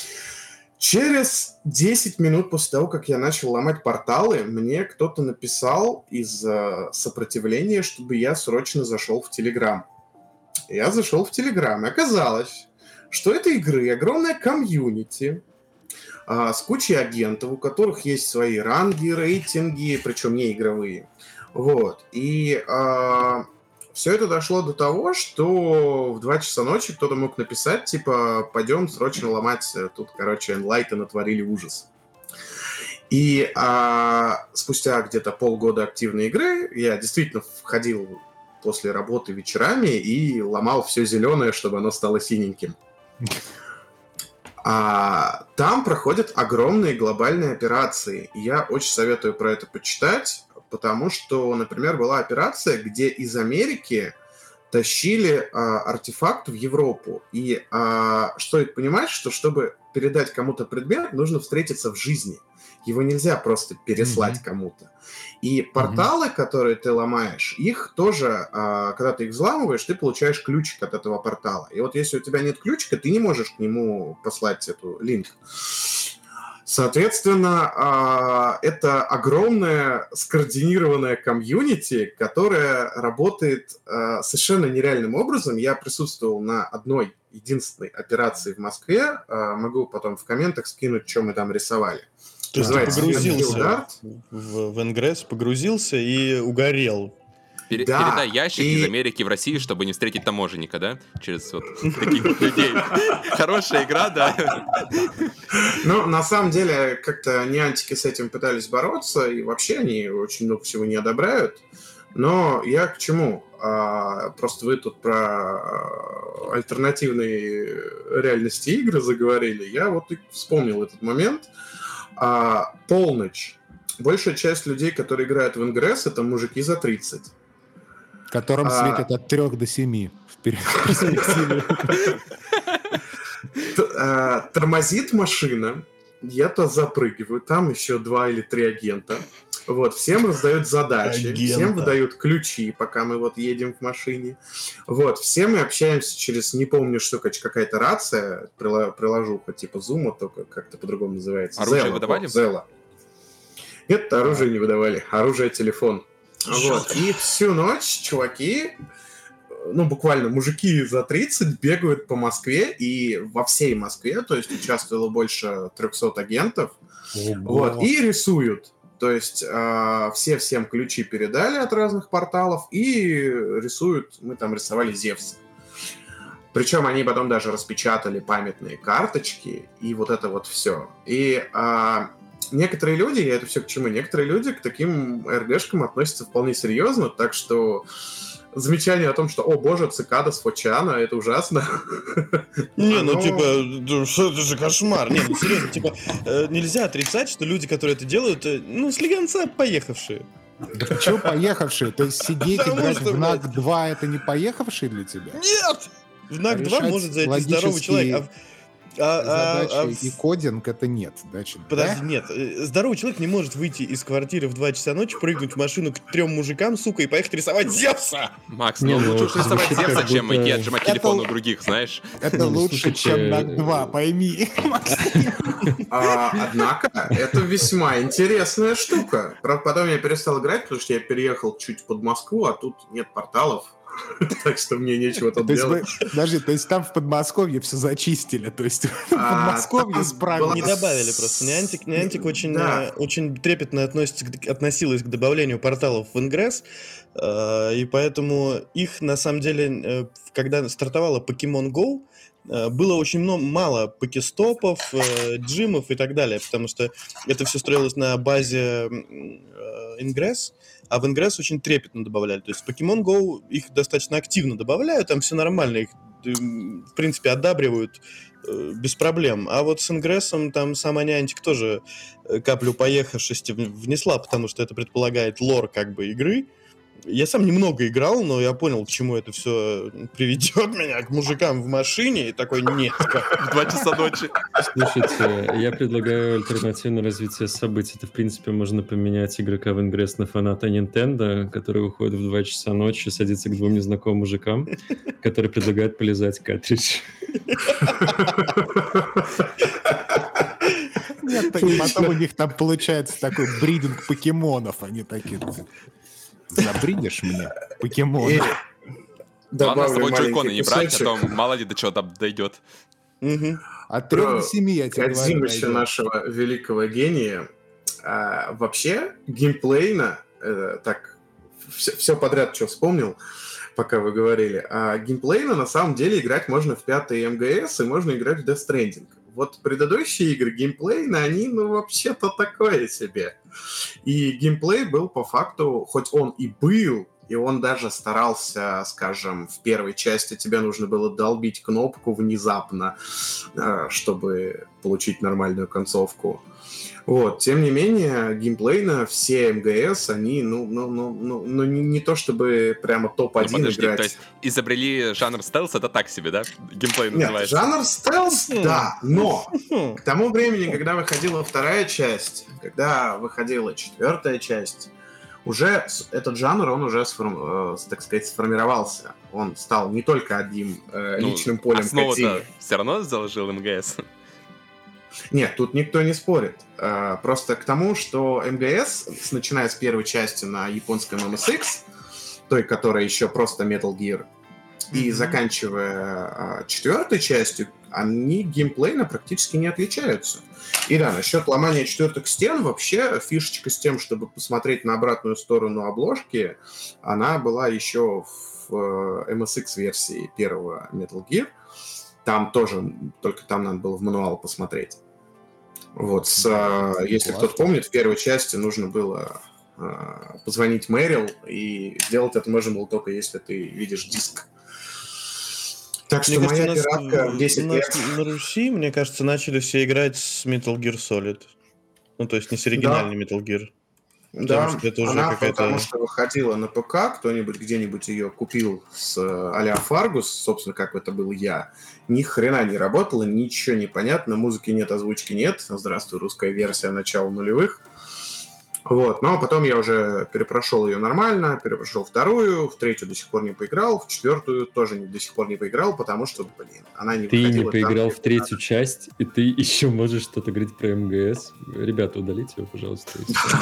S7: Через десять минут после того, как я начал ломать порталы, мне кто-то написал из э, сопротивления, чтобы я срочно зашел в Телеграм. Я зашел в Телеграм, и оказалось, что этой игры огромная комьюнити э, с кучей агентов, у которых есть свои ранги, рейтинги, причем не игровые. Вот. И э, все это дошло до того, что в два часа ночи кто-то мог написать, типа, пойдем срочно ломать, тут, короче, Enlighten натворили ужас. И э, спустя где-то полгода активной игры я действительно входил после работы вечерами и ломал все зеленое, чтобы оно стало синеньким. А там проходят огромные глобальные операции. И я очень советую про это почитать, потому что, например, была операция, где из Америки тащили а, артефакт в Европу. И а, стоит понимать, что чтобы передать кому-то предмет, нужно встретиться в жизни. Его нельзя просто переслать mm-hmm. кому-то. И порталы, mm-hmm. которые ты ломаешь, их тоже, а, когда ты их взламываешь, ты получаешь ключик от этого портала. И вот если у тебя нет ключика, ты не можешь к нему послать эту линк. Соответственно, а, это огромное скоординированное комьюнити, которое работает а, совершенно нереальным образом. Я присутствовал на одной единственной операции в Москве. А, могу потом в комментах скинуть, что мы там рисовали.
S1: То есть ты погрузился в, в Ингресс, погрузился и угорел.
S2: Пере-
S7: да,
S2: передай ящик
S7: и...
S2: из Америки в Россию, чтобы не встретить таможенника, да? Через вот таких людей. Хорошая игра, да?
S7: Ну, на самом деле, как-то неантики с этим пытались бороться, и вообще они очень много всего не одобряют. Но я к чему? А, просто вы тут про альтернативные реальности игры заговорили. Я вот и вспомнил этот момент. А, полночь. Большая часть людей, которые играют в Ингресс, это мужики за тридцать.
S3: Которым
S7: а...
S3: светит от трех до семи. Вперед.
S7: Тормозит машина. Я-то запрыгиваю. Там еще два или три агента. Вот, всем раздают задачи, Агента. Всем выдают ключи, пока мы вот едем в машине. Вот, все мы общаемся через, не помню, что, какая-то рация, приложуха типа Zoom, только как-то по-другому называется.
S2: Оружие Zella, выдавали?
S7: Zella. Нет, оружие не выдавали, оружие телефон. Вот. И всю ночь чуваки, ну, буквально мужики за тридцать бегают по Москве, и во всей Москве, то есть участвовало больше трехсот агентов, вот, и рисуют. То есть э, все всем ключи передали от разных порталов и рисуют, мы там рисовали Зевса. Причем они потом даже распечатали памятные карточки и вот это вот все. И э, некоторые люди, я это все к чему, некоторые люди к таким эр гэ шкам относятся вполне серьезно, так что замечание о том, что, о боже, цикада с Фочана, это ужасно.
S1: Не, ну типа, что это же кошмар. Не, ну серьезно, типа, нельзя отрицать, что люди, которые это делают, ну, слегонца поехавшие.
S3: Да почему поехавшие? То есть сидеть играть в нак два это не поехавшие для тебя?
S1: Нет! В нак два может зайти здоровый человек, а
S3: А, задачи а, а, и кодинг это нет, да?
S1: Подожди, да? Нет. Здоровый человек не может выйти из квартиры в два часа ночи, прыгнуть в машину к трем мужикам, сука, и поехать рисовать Зевса!
S2: Макс, ну лучше уж рисовать Зевса, чем идти отжимать телефон у других, знаешь?
S3: Это лучше, чем нак два, пойми.
S7: Однако, это весьма интересная штука. Правда, потом я перестал играть, потому что я переехал чуть под Москву, а тут нет порталов. Так что мне нечего тут делать.
S3: Подожди, то есть там в Подмосковье все зачистили, то есть в Подмосковье справили.
S1: Не добавили просто. Niantic, Niantic очень, да. очень трепетно относится, относилась к добавлению порталов в Ingress, и поэтому их, на самом деле, когда стартовала Pokemon Go, было очень много, мало покестопов, джимов и так далее, потому что это все строилось на базе Ingress, а в Ingress очень трепетно добавляли. То есть в Pokemon Go их достаточно активно добавляют, там все нормально, их, в принципе, одабривают э, без проблем. А вот с Ingress там сама Niantic тоже каплю поехавшести внесла, потому что это предполагает лор как бы игры. Я сам немного играл, но я понял, к чему это все приведет меня, к мужикам в машине, и такой нет.
S2: В два часа ночи.
S6: Слушайте, я предлагаю альтернативное развитие событий. Это, в принципе, можно поменять игрока в Ingress на фаната Nintendo, который уходит в два часа ночи, садится к двум незнакомым мужикам, которые предлагают полизать картридж.
S3: Нет, и потом у них там получается такой бридинг покемонов, они такие... Забридишь мне покемон.
S2: Главное, с тобой джойконы не брать, а то мало ли до чего там дойдет.
S3: От трех до семи, я тебе говорю.
S7: Кодзимыча нашего великого гения. А, вообще, геймплейно, э, так, все, все подряд, что вспомнил, пока вы говорили. А геймплейно, на самом деле, играть можно в пятый эм гэ эс, и можно играть в Death Stranding. Вот предыдущие игры геймплейно, они, ну, вообще-то такое себе. И геймплей был по факту, хоть он и был, и он даже старался, скажем, в первой части тебе нужно было долбить кнопку внезапно, чтобы получить нормальную концовку. Вот, тем не менее, геймплейно все эм гэ эс, они, ну, ну, ну, ну, ну не, не то чтобы прямо топ один
S2: ну, подожди,
S7: играть.
S2: То есть изобрели жанр стелс, это так себе, да? Геймплей называется.
S7: Нет, жанр стелс, да, но к тому времени, когда выходила вторая часть, когда выходила четвертая часть, уже этот жанр, он уже, сформ, э, так сказать, сформировался. Он стал не только одним э,
S2: ну,
S7: личным полем
S2: Кодзимы. Все равно заложил эм гэ эс.
S7: Нет, тут никто не спорит. Э, просто к тому, что эм гэ эс, начиная с первой части на японском эм эс икс, той, которая еще просто Metal Gear, mm-hmm. и заканчивая э, четвертой частью, они геймплейно практически не отличаются. И да, насчет ломания четвертых стен, вообще фишечка с тем, чтобы посмотреть на обратную сторону обложки, она была еще в эм эс икс-версии первого Metal Gear. Там тоже, только там надо было в мануал посмотреть. Вот, с, да, если классно. Кто-то помнит, в первой части нужно было э, позвонить Мэрил, и сделать это можно было только если ты видишь диск. Так что
S1: мне
S7: моя
S1: кажется,
S7: пиратка в десять лет...
S1: На Руси, мне кажется, начали все играть с Metal Gear Solid. Ну, то есть не с оригинальным да. Metal Gear.
S7: Да, что это уже она какая-то... потому что выходила на ПК, кто-нибудь где-нибудь ее купил с а-ля Фаргус, собственно, как это был я. Ни хрена не работало, ничего не понятно, музыки нет, озвучки нет. Здравствуй, русская версия начала нулевых. Вот, но потом я уже перепрошел ее нормально, перепрошел вторую, в третью до сих пор не поиграл, в четвертую тоже не, до сих пор не поиграл, потому что, блин, она не
S6: ты
S7: выходила.
S6: Ты не поиграл
S7: там,
S6: в третью надо. Часть, и ты еще можешь что-то говорить про эм гэ эс. Ребята, удалите его, пожалуйста.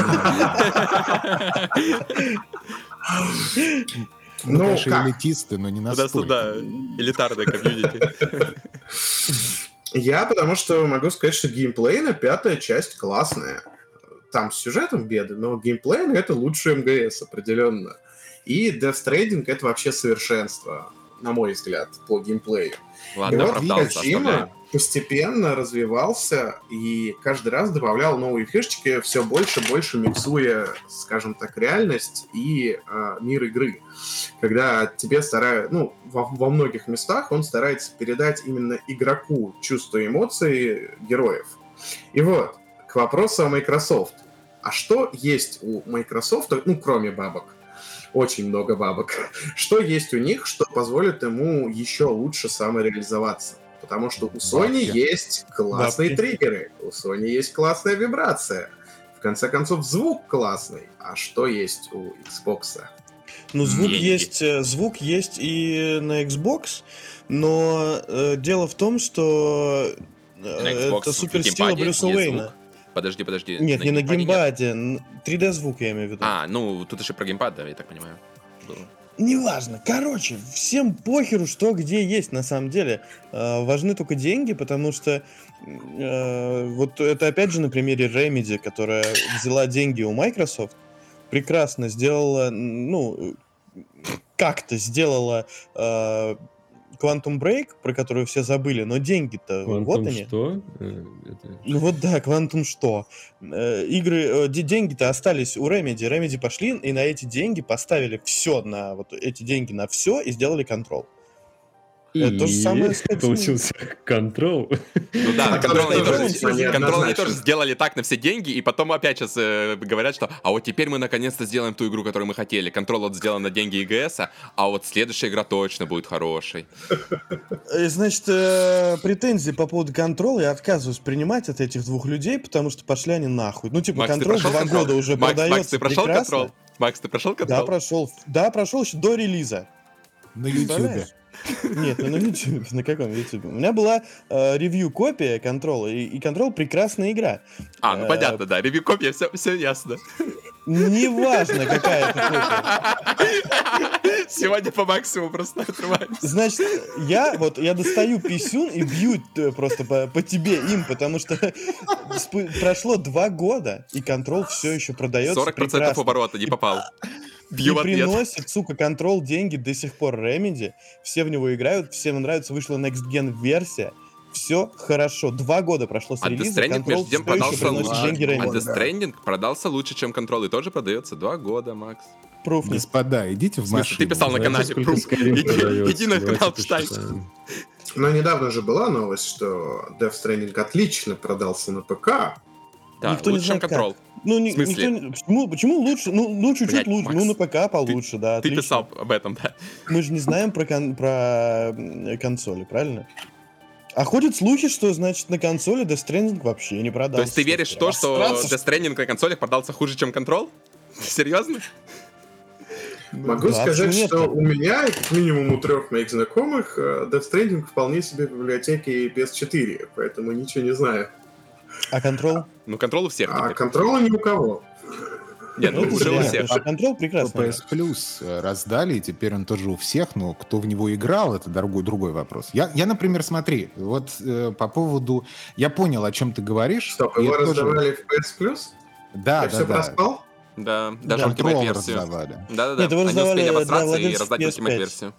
S3: Ну, конечно, элитисты, но не настолько.
S2: Да, элитарная комьюнити.
S7: Я потому что могу сказать, что геймплейно пятая часть классная. Там с сюжетом беды, но геймплей — это лучший эм гэ эс определенно. И Death Stranding — это вообще совершенство, на мой взгляд, по геймплею.
S2: Ладно,
S7: и вот Коджима постепенно развивался и каждый раз добавлял новые фишечки, все больше и больше миксуя, скажем так, реальность и э, мир игры. Когда тебе стараются, ну, во, во многих местах он старается передать именно игроку чувства и эмоции героев. И вот, к вопросу о Microsoft. А что есть у Microsoft, ну, кроме бабок? Очень много бабок. Что есть у них, что позволит ему еще лучше самореализоваться? Потому что у Sony бабки. Есть классные бабки. Триггеры, у Sony есть классная вибрация. В конце концов, звук классный. А что есть у Xbox?
S1: Ну, звук есть, звук есть и на Xbox, но э, дело в том, что э, это суперсила Брюса Уэйна.
S2: Подожди, подожди.
S1: Нет, на не на геймпаде, три дэ-звук я имею в виду.
S2: А, ну, тут еще про геймпад, да, я так понимаю. Было.
S1: Неважно. Короче, всем похеру, что где есть на самом деле. Э, важны только деньги, потому что э, вот это опять же на примере Remedy, которая взяла деньги у Microsoft, прекрасно сделала, ну, как-то сделала э, Quantum Break, про которую все забыли, но деньги-то
S6: Quantum
S1: вот они.
S6: Что?
S1: Ну вот да, Quantum что? Э, игры, э, деньги-то остались у Remedy. Remedy пошли и на эти деньги поставили все на вот эти деньги на все и сделали Control.
S6: И
S1: это то же самое,
S6: получился Control.
S2: Ну да, Control они тоже, Control они тоже сделали так на все деньги, и потом опять сейчас э, говорят, что а вот теперь мы наконец-то сделаем ту игру, которую мы хотели. Control вот сделан на деньги и джи эс, а вот следующая игра точно будет хорошей.
S1: Значит, э, претензии по поводу Control я отказываюсь принимать от этих двух людей, потому что пошли они нахуй. Ну типа
S2: Макс,
S1: Control два Control? года уже
S2: Макс,
S1: продается
S2: Макс, ты прошел
S1: прекрасно.
S2: Control? Макс, ты прошел Control?
S1: Да, прошел. Да, прошел еще до релиза.
S3: На Ютубе.
S1: Нет, ну на YouTube, на каком YouTube? У меня была э, ревью-копия Control, и, и Control прекрасная игра.
S2: А, ну э, понятно, да, ревью-копия, все, все ясно.
S1: Неважно, какая это копия.
S2: Сегодня по максимуму просто отрываюсь.
S1: Значит, я вот, я достаю писюн и бью просто по, по тебе им, потому что прошло два года, и Control все еще продается
S2: сорок процентов оборота не попал.
S1: И
S2: Бью в ответ.
S1: приносит, сука, Control деньги до сих пор Remedy. Все в него играют, всем нравится, вышла Next Gen версия. Все хорошо. Два года прошло с
S2: А Death
S1: релиза,
S2: Stranding,
S1: Control
S2: между тем,
S1: все еще
S2: продался
S1: приносит
S2: лучше.
S1: деньги
S2: А
S1: Remedy.
S2: Death Stranding продался лучше, чем Control, и тоже продается два года, Макс.
S1: Пруф нет.
S3: Господа, идите в
S2: В смысле,
S3: машину.
S2: ты писал на
S6: Знаете,
S2: канале,
S6: сколько
S2: Пруф?
S6: Skyrim
S2: Иди-
S6: продается?
S2: иди на
S6: Давайте
S2: канал, читай.
S6: посчитаем.
S7: Но недавно же была новость, что Death Stranding отлично продался на ПК.
S2: Да,
S1: Никто не
S2: лучше, чем
S1: знает, как.
S2: Control.
S1: Ну, ни-
S2: В смысле?
S1: никто не- почему, почему лучше? Ну, ну чуть-чуть
S2: Блядь,
S1: лучше.
S2: Макс,
S1: Ну, на ПК получше, да,
S2: Ты
S1: отлично.
S2: писал об этом, да.
S1: Мы же не знаем про, кон- про м, консоли, правильно? А ходят слухи, что, значит, на консоли Death Stranding вообще не продался.
S2: То есть ты веришь в то, что
S1: Обосраться,
S2: Death Stranding на консолях продался хуже, чем Control? Серьезно?
S7: Могу
S1: Да,
S7: сказать,
S1: почему
S7: что
S1: нет-то?
S7: у меня, и как минимум у трех моих знакомых, э, Death Stranding вполне себе в библиотеке пи эс четыре, поэтому ничего не знаю.
S1: А Control?
S2: Ну, Control у всех
S7: А
S2: теперь.
S7: контрола ни у кого.
S2: Нет, ну
S1: Это
S2: уже у
S1: зря,
S2: всех.
S1: потому что Control прекрасно.
S3: пи эс Plus раздали, и теперь он тоже у всех, но кто в него играл, это другой, другой вопрос. Я, я, например, смотри, вот э, по поводу... Я понял, о чем ты говоришь.
S7: Стоп,
S3: и
S7: его
S3: это тоже-
S7: раздавали в пи эс Plus?
S3: Да,
S7: Я
S3: да,
S7: все
S3: да.
S7: проспал?
S2: Да, даже
S3: Control
S2: Ultimate версию.
S3: раздавали.
S2: Да-да-да,
S1: Нет, его
S2: они
S1: раздавали
S2: успели
S1: для
S2: обосраться и
S1: владельцев
S2: раздать
S1: пи эс
S2: Ultimate
S1: пять.
S2: версию.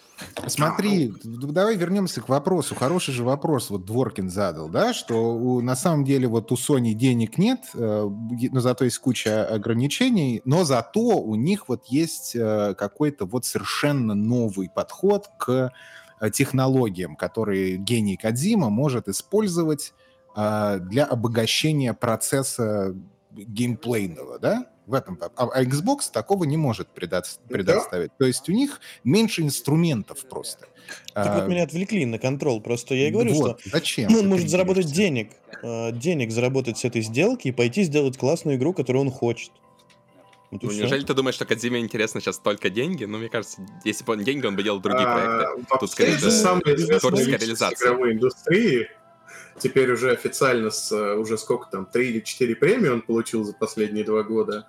S3: Смотри, давай вернемся к вопросу. Хороший же вопрос вот Дворкин задал, да, что у- на самом деле вот у Sony денег нет, э, но зато есть куча ограничений, но зато у них вот есть э, какой-то вот совершенно новый подход к э, технологиям, которые гений Кодзима может использовать э, для обогащения процесса геймплейного, да? В этом, а, а Xbox такого не может предо- предоставить. То есть у них меньше инструментов просто.
S1: Так
S3: А,
S1: вот меня отвлекли на Control. Просто я и говорю,
S3: вот,
S1: что
S3: зачем?
S1: он
S3: ты
S1: может заработать
S3: триггеришься?
S1: денег. э, Денег заработать с этой сделки и пойти сделать классную игру, которую он хочет. Вот и
S2: Ну,
S1: всё.
S2: неужели ты думаешь, что Кодзиме интересно сейчас только деньги? Ну, мне кажется, если бы он деньги, он бы делал другие
S7: А,
S2: проекты.
S7: Вообще,
S2: Тут скорее
S7: это
S2: же
S7: самая известная
S2: творческая
S7: личность
S2: реализация.
S7: игровой индустрии. Теперь уже официально с э, уже сколько там, три или четыре премии он получил за последние два года.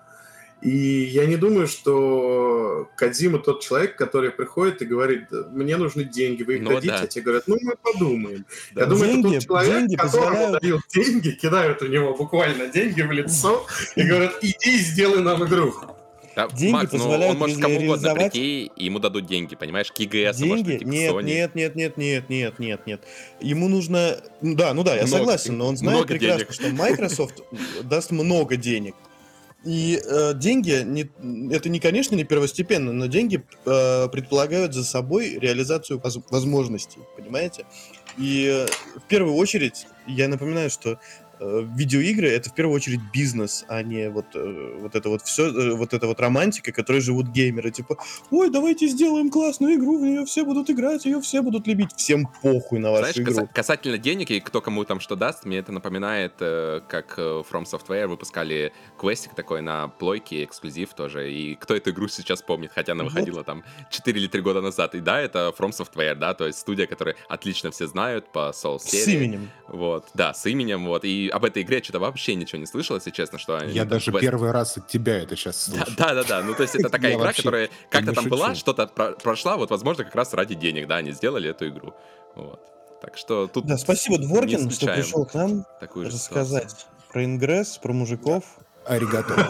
S7: И я не думаю, что Кодзима тот человек, который приходит и говорит: мне нужны деньги, вы их
S2: Ну
S7: дадите?
S2: да.
S7: А те говорят: ну, мы подумаем.
S2: Да.
S7: Я думаю,
S1: Деньги-
S7: это тот человек,
S1: деньги
S7: которому
S1: позволяют-
S7: дают деньги, кидают у него буквально деньги в лицо и говорят: иди и сделай нам игру.
S2: Да,
S1: Деньги
S2: Макс, ну,
S1: позволяют
S2: он может кому угодно
S1: реализовать-
S2: прийти, и ему дадут деньги, понимаешь? К и джи эс, может
S1: Деньги?
S2: прийти, к
S1: Нет,
S2: Sony.
S1: нет, нет, нет, нет, нет, нет, нет. Ему нужно... Ну да, ну да, я
S2: Много
S1: согласен, но он знает
S2: много
S1: прекрасно,
S2: денег.
S1: что Microsoft даст много денег. И э, деньги, не, это, не, конечно, не первостепенно, но деньги э, предполагают за собой реализацию воз- возможностей, понимаете? И э, в первую очередь, я напоминаю, что э, видеоигры — это в первую очередь бизнес, а не вот, э, вот это вот все, вот эта вот романтика, которой живут геймеры. Типа, ой, давайте сделаем классную игру, в нее все будут играть, ее все будут любить. Всем похуй на вашу
S2: Знаешь,
S1: игру.
S2: каса- касательно денег и кто кому там что даст, мне это напоминает, э, как э, From Software выпускали квестик такой на плойке, эксклюзив тоже, и кто эту игру сейчас помнит, хотя она
S1: Вот.
S2: выходила там четыре или три года назад, и да, это From Software, да, то есть студия, которую отлично все знают по Soul
S1: С
S2: серии.
S1: именем.
S2: Вот, да, с именем, вот, и об этой игре что-то вообще ничего не слышал, если честно, что они
S3: Я
S2: там
S3: даже
S2: квест-
S3: первый раз от тебя это сейчас
S2: Да,
S3: слышу.
S2: да, да, да. Ну, то есть это такая
S3: Я
S2: игра,
S3: вообще
S2: которая как-то
S3: не
S2: там была,
S3: шучу.
S2: что-то про- прошла, вот, возможно, как раз ради денег, да, они сделали эту игру. Вот. Так что тут
S1: Да, спасибо,
S2: не
S1: Дворкин, что
S2: исключаем
S1: пришел к нам
S2: такую же
S1: рассказать
S2: ситуацию.
S1: про ингресс, про мужиков.
S3: Аригато.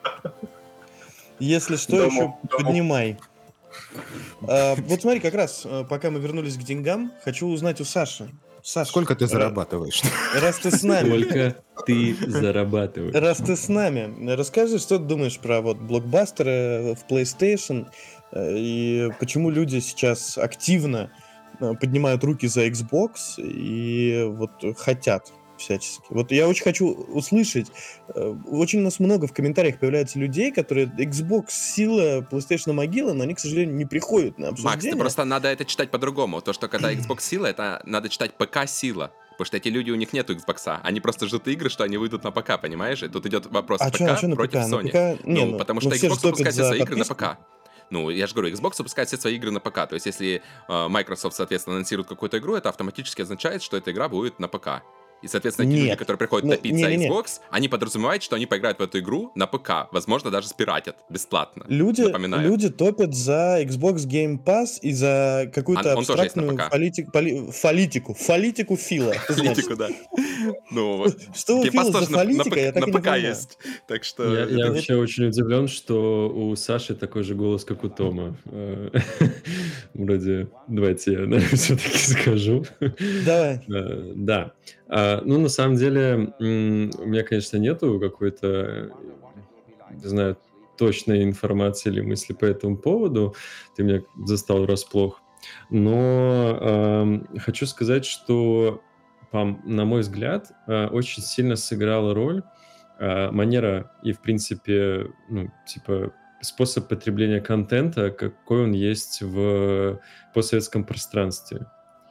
S1: Если что,
S7: Дома,
S1: еще
S7: дома.
S1: поднимай. А, вот смотри, как раз, э, пока мы вернулись к деньгам, хочу узнать у Саши. Саша,
S3: Сколько ты
S1: ра-
S3: зарабатываешь?
S1: Раз ты с нами,
S6: Сколько ты зарабатываешь?
S1: раз ты с нами, расскажи, что ты думаешь про вот блокбастеры в PlayStation э, и почему люди сейчас активно э, поднимают руки за Xbox и вот хотят всячески. Вот я очень хочу услышать. э, Очень у нас много в комментариях появляется людей, которые Xbox сила, PlayStation могила, но они, к сожалению, не приходят на
S2: Макс,
S1: обсуждение.
S2: ты просто надо это читать по-другому. То, что когда Xbox сила, это надо читать ПК сила. Потому что эти люди, у них нету Xbox. Они просто ждут игры, что они выйдут на ПК, понимаешь? И тут идет вопрос
S1: А
S2: ПК
S1: чё, а чё на
S2: против
S1: ПК? На
S2: Sony.
S1: ПК? Не,
S2: ну,
S1: ну,
S2: потому
S1: ну,
S2: что
S1: все же
S2: Xbox
S1: топят
S2: выпускает все
S1: за
S2: свои игры на
S1: подписку.
S2: ПК. Ну, я же говорю, Xbox выпускает все свои игры на ПК. То есть, если э, Microsoft, соответственно, анонсирует какую-то игру, это автоматически означает, что эта игра будет на ПК. И, соответственно, те
S1: Нет.
S2: люди, которые приходят
S1: Ну,
S2: топить за
S1: не-не-не.
S2: Xbox, они подразумевают, что они поиграют в эту игру на ПК. Возможно, даже спиратят бесплатно.
S1: Люди,
S2: Напоминаю.
S1: люди топят за Xbox Game Pass и за какую-то
S2: Он- он тоже есть на
S1: абстрактную
S2: ПК.
S1: фалити- поли- фалитику. Фалитику Фила. Значит,
S2: Политику, да. Ну,
S1: Что у
S2: Game Pass
S1: Фила за
S2: тоже на, на
S1: политика, я
S2: ПК,
S1: так
S2: на
S1: и не
S2: ПК
S1: понимаю.
S2: есть. Так что...
S6: Я,
S2: это-
S6: я вообще очень удивлен, что у Саши такой же голос, как у Тома. Э, Вроде, давайте я все-таки скажу.
S1: Давай.
S6: Э, Да. А, Ну, на самом деле, м, у меня, конечно, нету какой-то, не знаю, точной информации или мысли по этому поводу. Ты меня застал врасплох. Но эм, хочу сказать, что, по- на мой взгляд, э, очень сильно сыграла роль э, манера и, в принципе, ну, типа, способ потребления контента, какой он есть в постсоветском пространстве.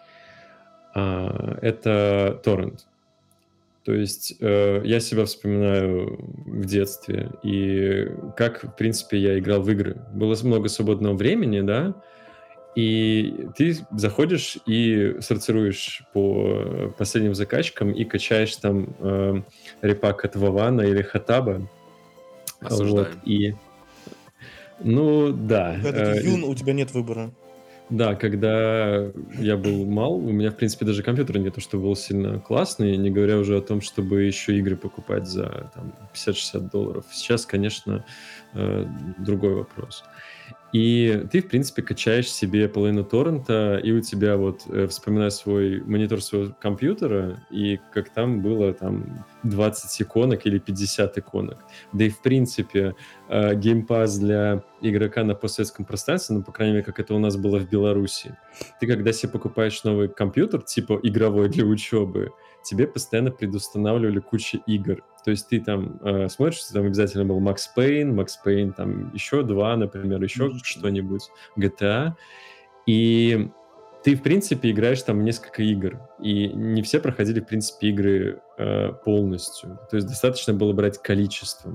S6: А, это торрент. То есть э, я себя вспоминаю в детстве, и как, в принципе, я играл в игры. Было много свободного времени, да, и ты заходишь и сортируешь по последним закачкам и качаешь там э, репак от Вована или Хатаба. Вот,
S2: Осуждаю.
S6: и... Ну, да.
S1: Когда ты
S6: э,
S1: юн, у тебя нет выбора.
S6: Да, когда я был мал, у меня, в принципе, даже компьютер не то, что был сильно классный, не говоря уже о том, чтобы еще игры покупать за там, пятьдесят-шестьдесят долларов. Сейчас, конечно, э, другой вопрос. И ты, в принципе, качаешь себе половину торрента, и у тебя вот, э, вспоминай свой монитор своего компьютера, и как там было там двадцать иконок или пятьдесят иконок. Да и, в принципе, э, Game Pass для игрока на постсоветском пространстве, ну, по крайней мере, как это у нас было в Беларуси. Ты, когда себе покупаешь новый компьютер, типа игровой для учебы, тебе постоянно предустанавливали кучу игр. То есть ты там э, смотришь, там обязательно был Max Payne, Max Payne, там еще два, например, еще
S1: Ничего.
S6: что-нибудь, джи ти эй. И ты, в принципе, играешь там в несколько игр. И не все проходили, в принципе, игры э, полностью. То есть достаточно было брать количеством.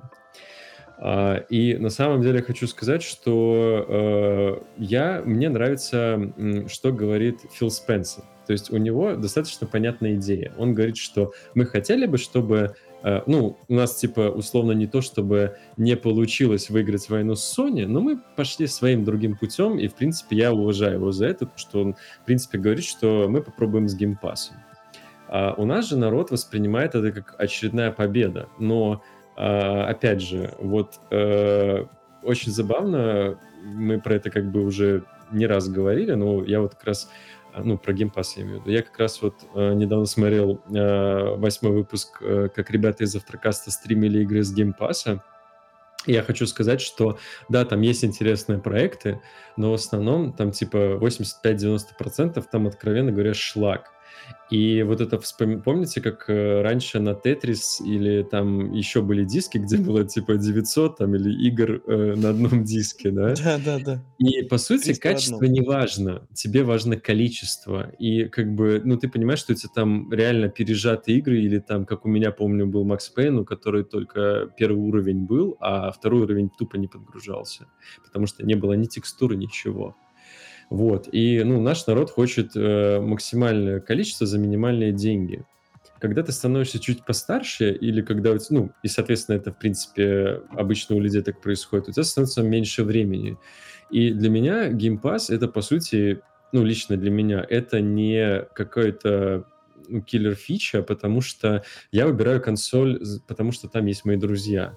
S6: А, И на самом деле хочу сказать, что э, я, мне нравится, м, что говорит Фил Спенсер. То есть у него достаточно понятная идея. Он говорит, что мы хотели бы, чтобы... э, Ну, у нас, типа, условно не то, чтобы не получилось выиграть войну с Sony, но мы пошли своим другим путем, и, в принципе, я уважаю его за это, потому что он, в принципе, говорит, что мы попробуем с геймпасом. А у нас же народ воспринимает это как очередная победа, но а, опять же, вот э, очень забавно, мы про это как бы уже не раз говорили, но я вот как раз, а, ну, про Game Pass я имею в виду, я как раз вот э, недавно смотрел э, восьмой выпуск, э, как ребята из Авторкаста стримили игры с Game Pass'а. Я хочу сказать, что да, там есть интересные проекты, но в основном там типа восемьдесят пять - девяносто процентов там, откровенно говоря, шлак. И вот это, вспом... помните, как э, раньше на Тетрис или там еще были диски, где было типа девятьсот там, или игр э, на одном диске, да?
S1: Да, да, да.
S6: И, по сути,
S1: триста в
S6: качество
S1: одном.
S6: не важно, тебе важно количество. И, как бы, ну, ты понимаешь, что у тебя там реально пережатые игры, или там, как у меня, помню, был Max Payne, у которой только первый уровень был, а второй уровень тупо не подгружался, потому что не было ни текстуры, ничего. Вот, и, ну, наш народ хочет э, максимальное количество за минимальные деньги. Когда ты становишься чуть постарше, или когда, у тебя- ну, и, соответственно, это, в принципе, обычно у людей так происходит, у тебя становится меньше времени. И для меня Game Pass — это, по сути, ну, лично для меня, это не какой-то ну, киллер-фича, потому что я выбираю консоль, з- потому что там есть мои друзья.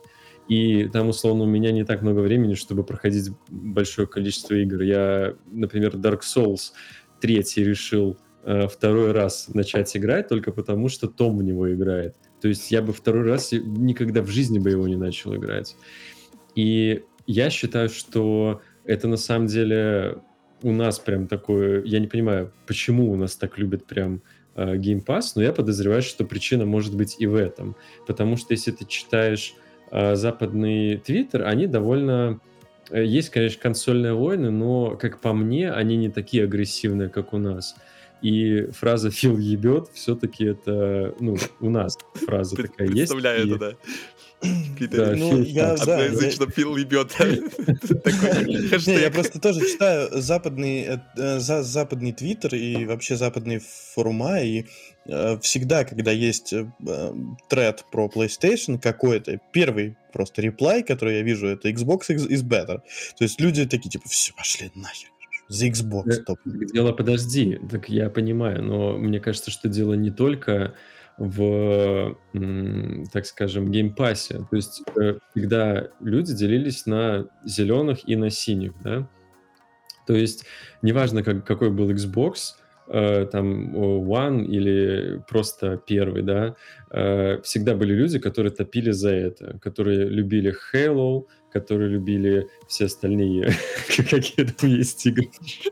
S6: И там, условно, у меня не так много времени, чтобы проходить большое количество игр. Я, например, Dark Souls третий решил э, второй раз начать играть только потому, что Том в него играет. То есть я бы второй раз и- никогда в жизни бы его не начал играть. И я считаю, что это на самом деле у нас прям такое... Я не понимаю, почему у нас так любят прям э, Game Pass, но я подозреваю, что причина может быть и в этом. Потому что если ты читаешь э, западный твиттер, они довольно... э, Есть, конечно, консольные войны, но, как по мне, они не такие агрессивные, как у нас. И фраза «Фил ебет» все-таки это... Ну, у нас фраза
S2: Пред-
S6: такая есть.
S2: Представляю
S6: и-
S2: это, да.
S6: Да,
S2: Какие-то
S1: Ну,
S6: Фил
S1: я,
S6: так.
S1: да, я-
S2: одноязычно Фил ебет. Такой
S1: Не, я
S2: хэштег.
S1: просто тоже читаю западный, э, э, за, западный твиттер и вообще западные форума, и э, всегда, когда есть э, э, тред про PlayStation какой-то, первый просто реплай, который я вижу, это Xbox is is better. То есть люди такие, типа, все, пошли нахер, за Xbox
S6: Э,
S1: топ.
S6: так дело, подожди, так я понимаю, но мне кажется, что дело не только в, м, так скажем, геймпассе. То есть э, всегда люди делились на зеленых и на синих, да? То есть неважно, как, какой был Xbox, э, там One или просто первый, да, э, всегда были люди, которые топили за это, которые любили Halo, которые любили все остальные, какие там есть игры.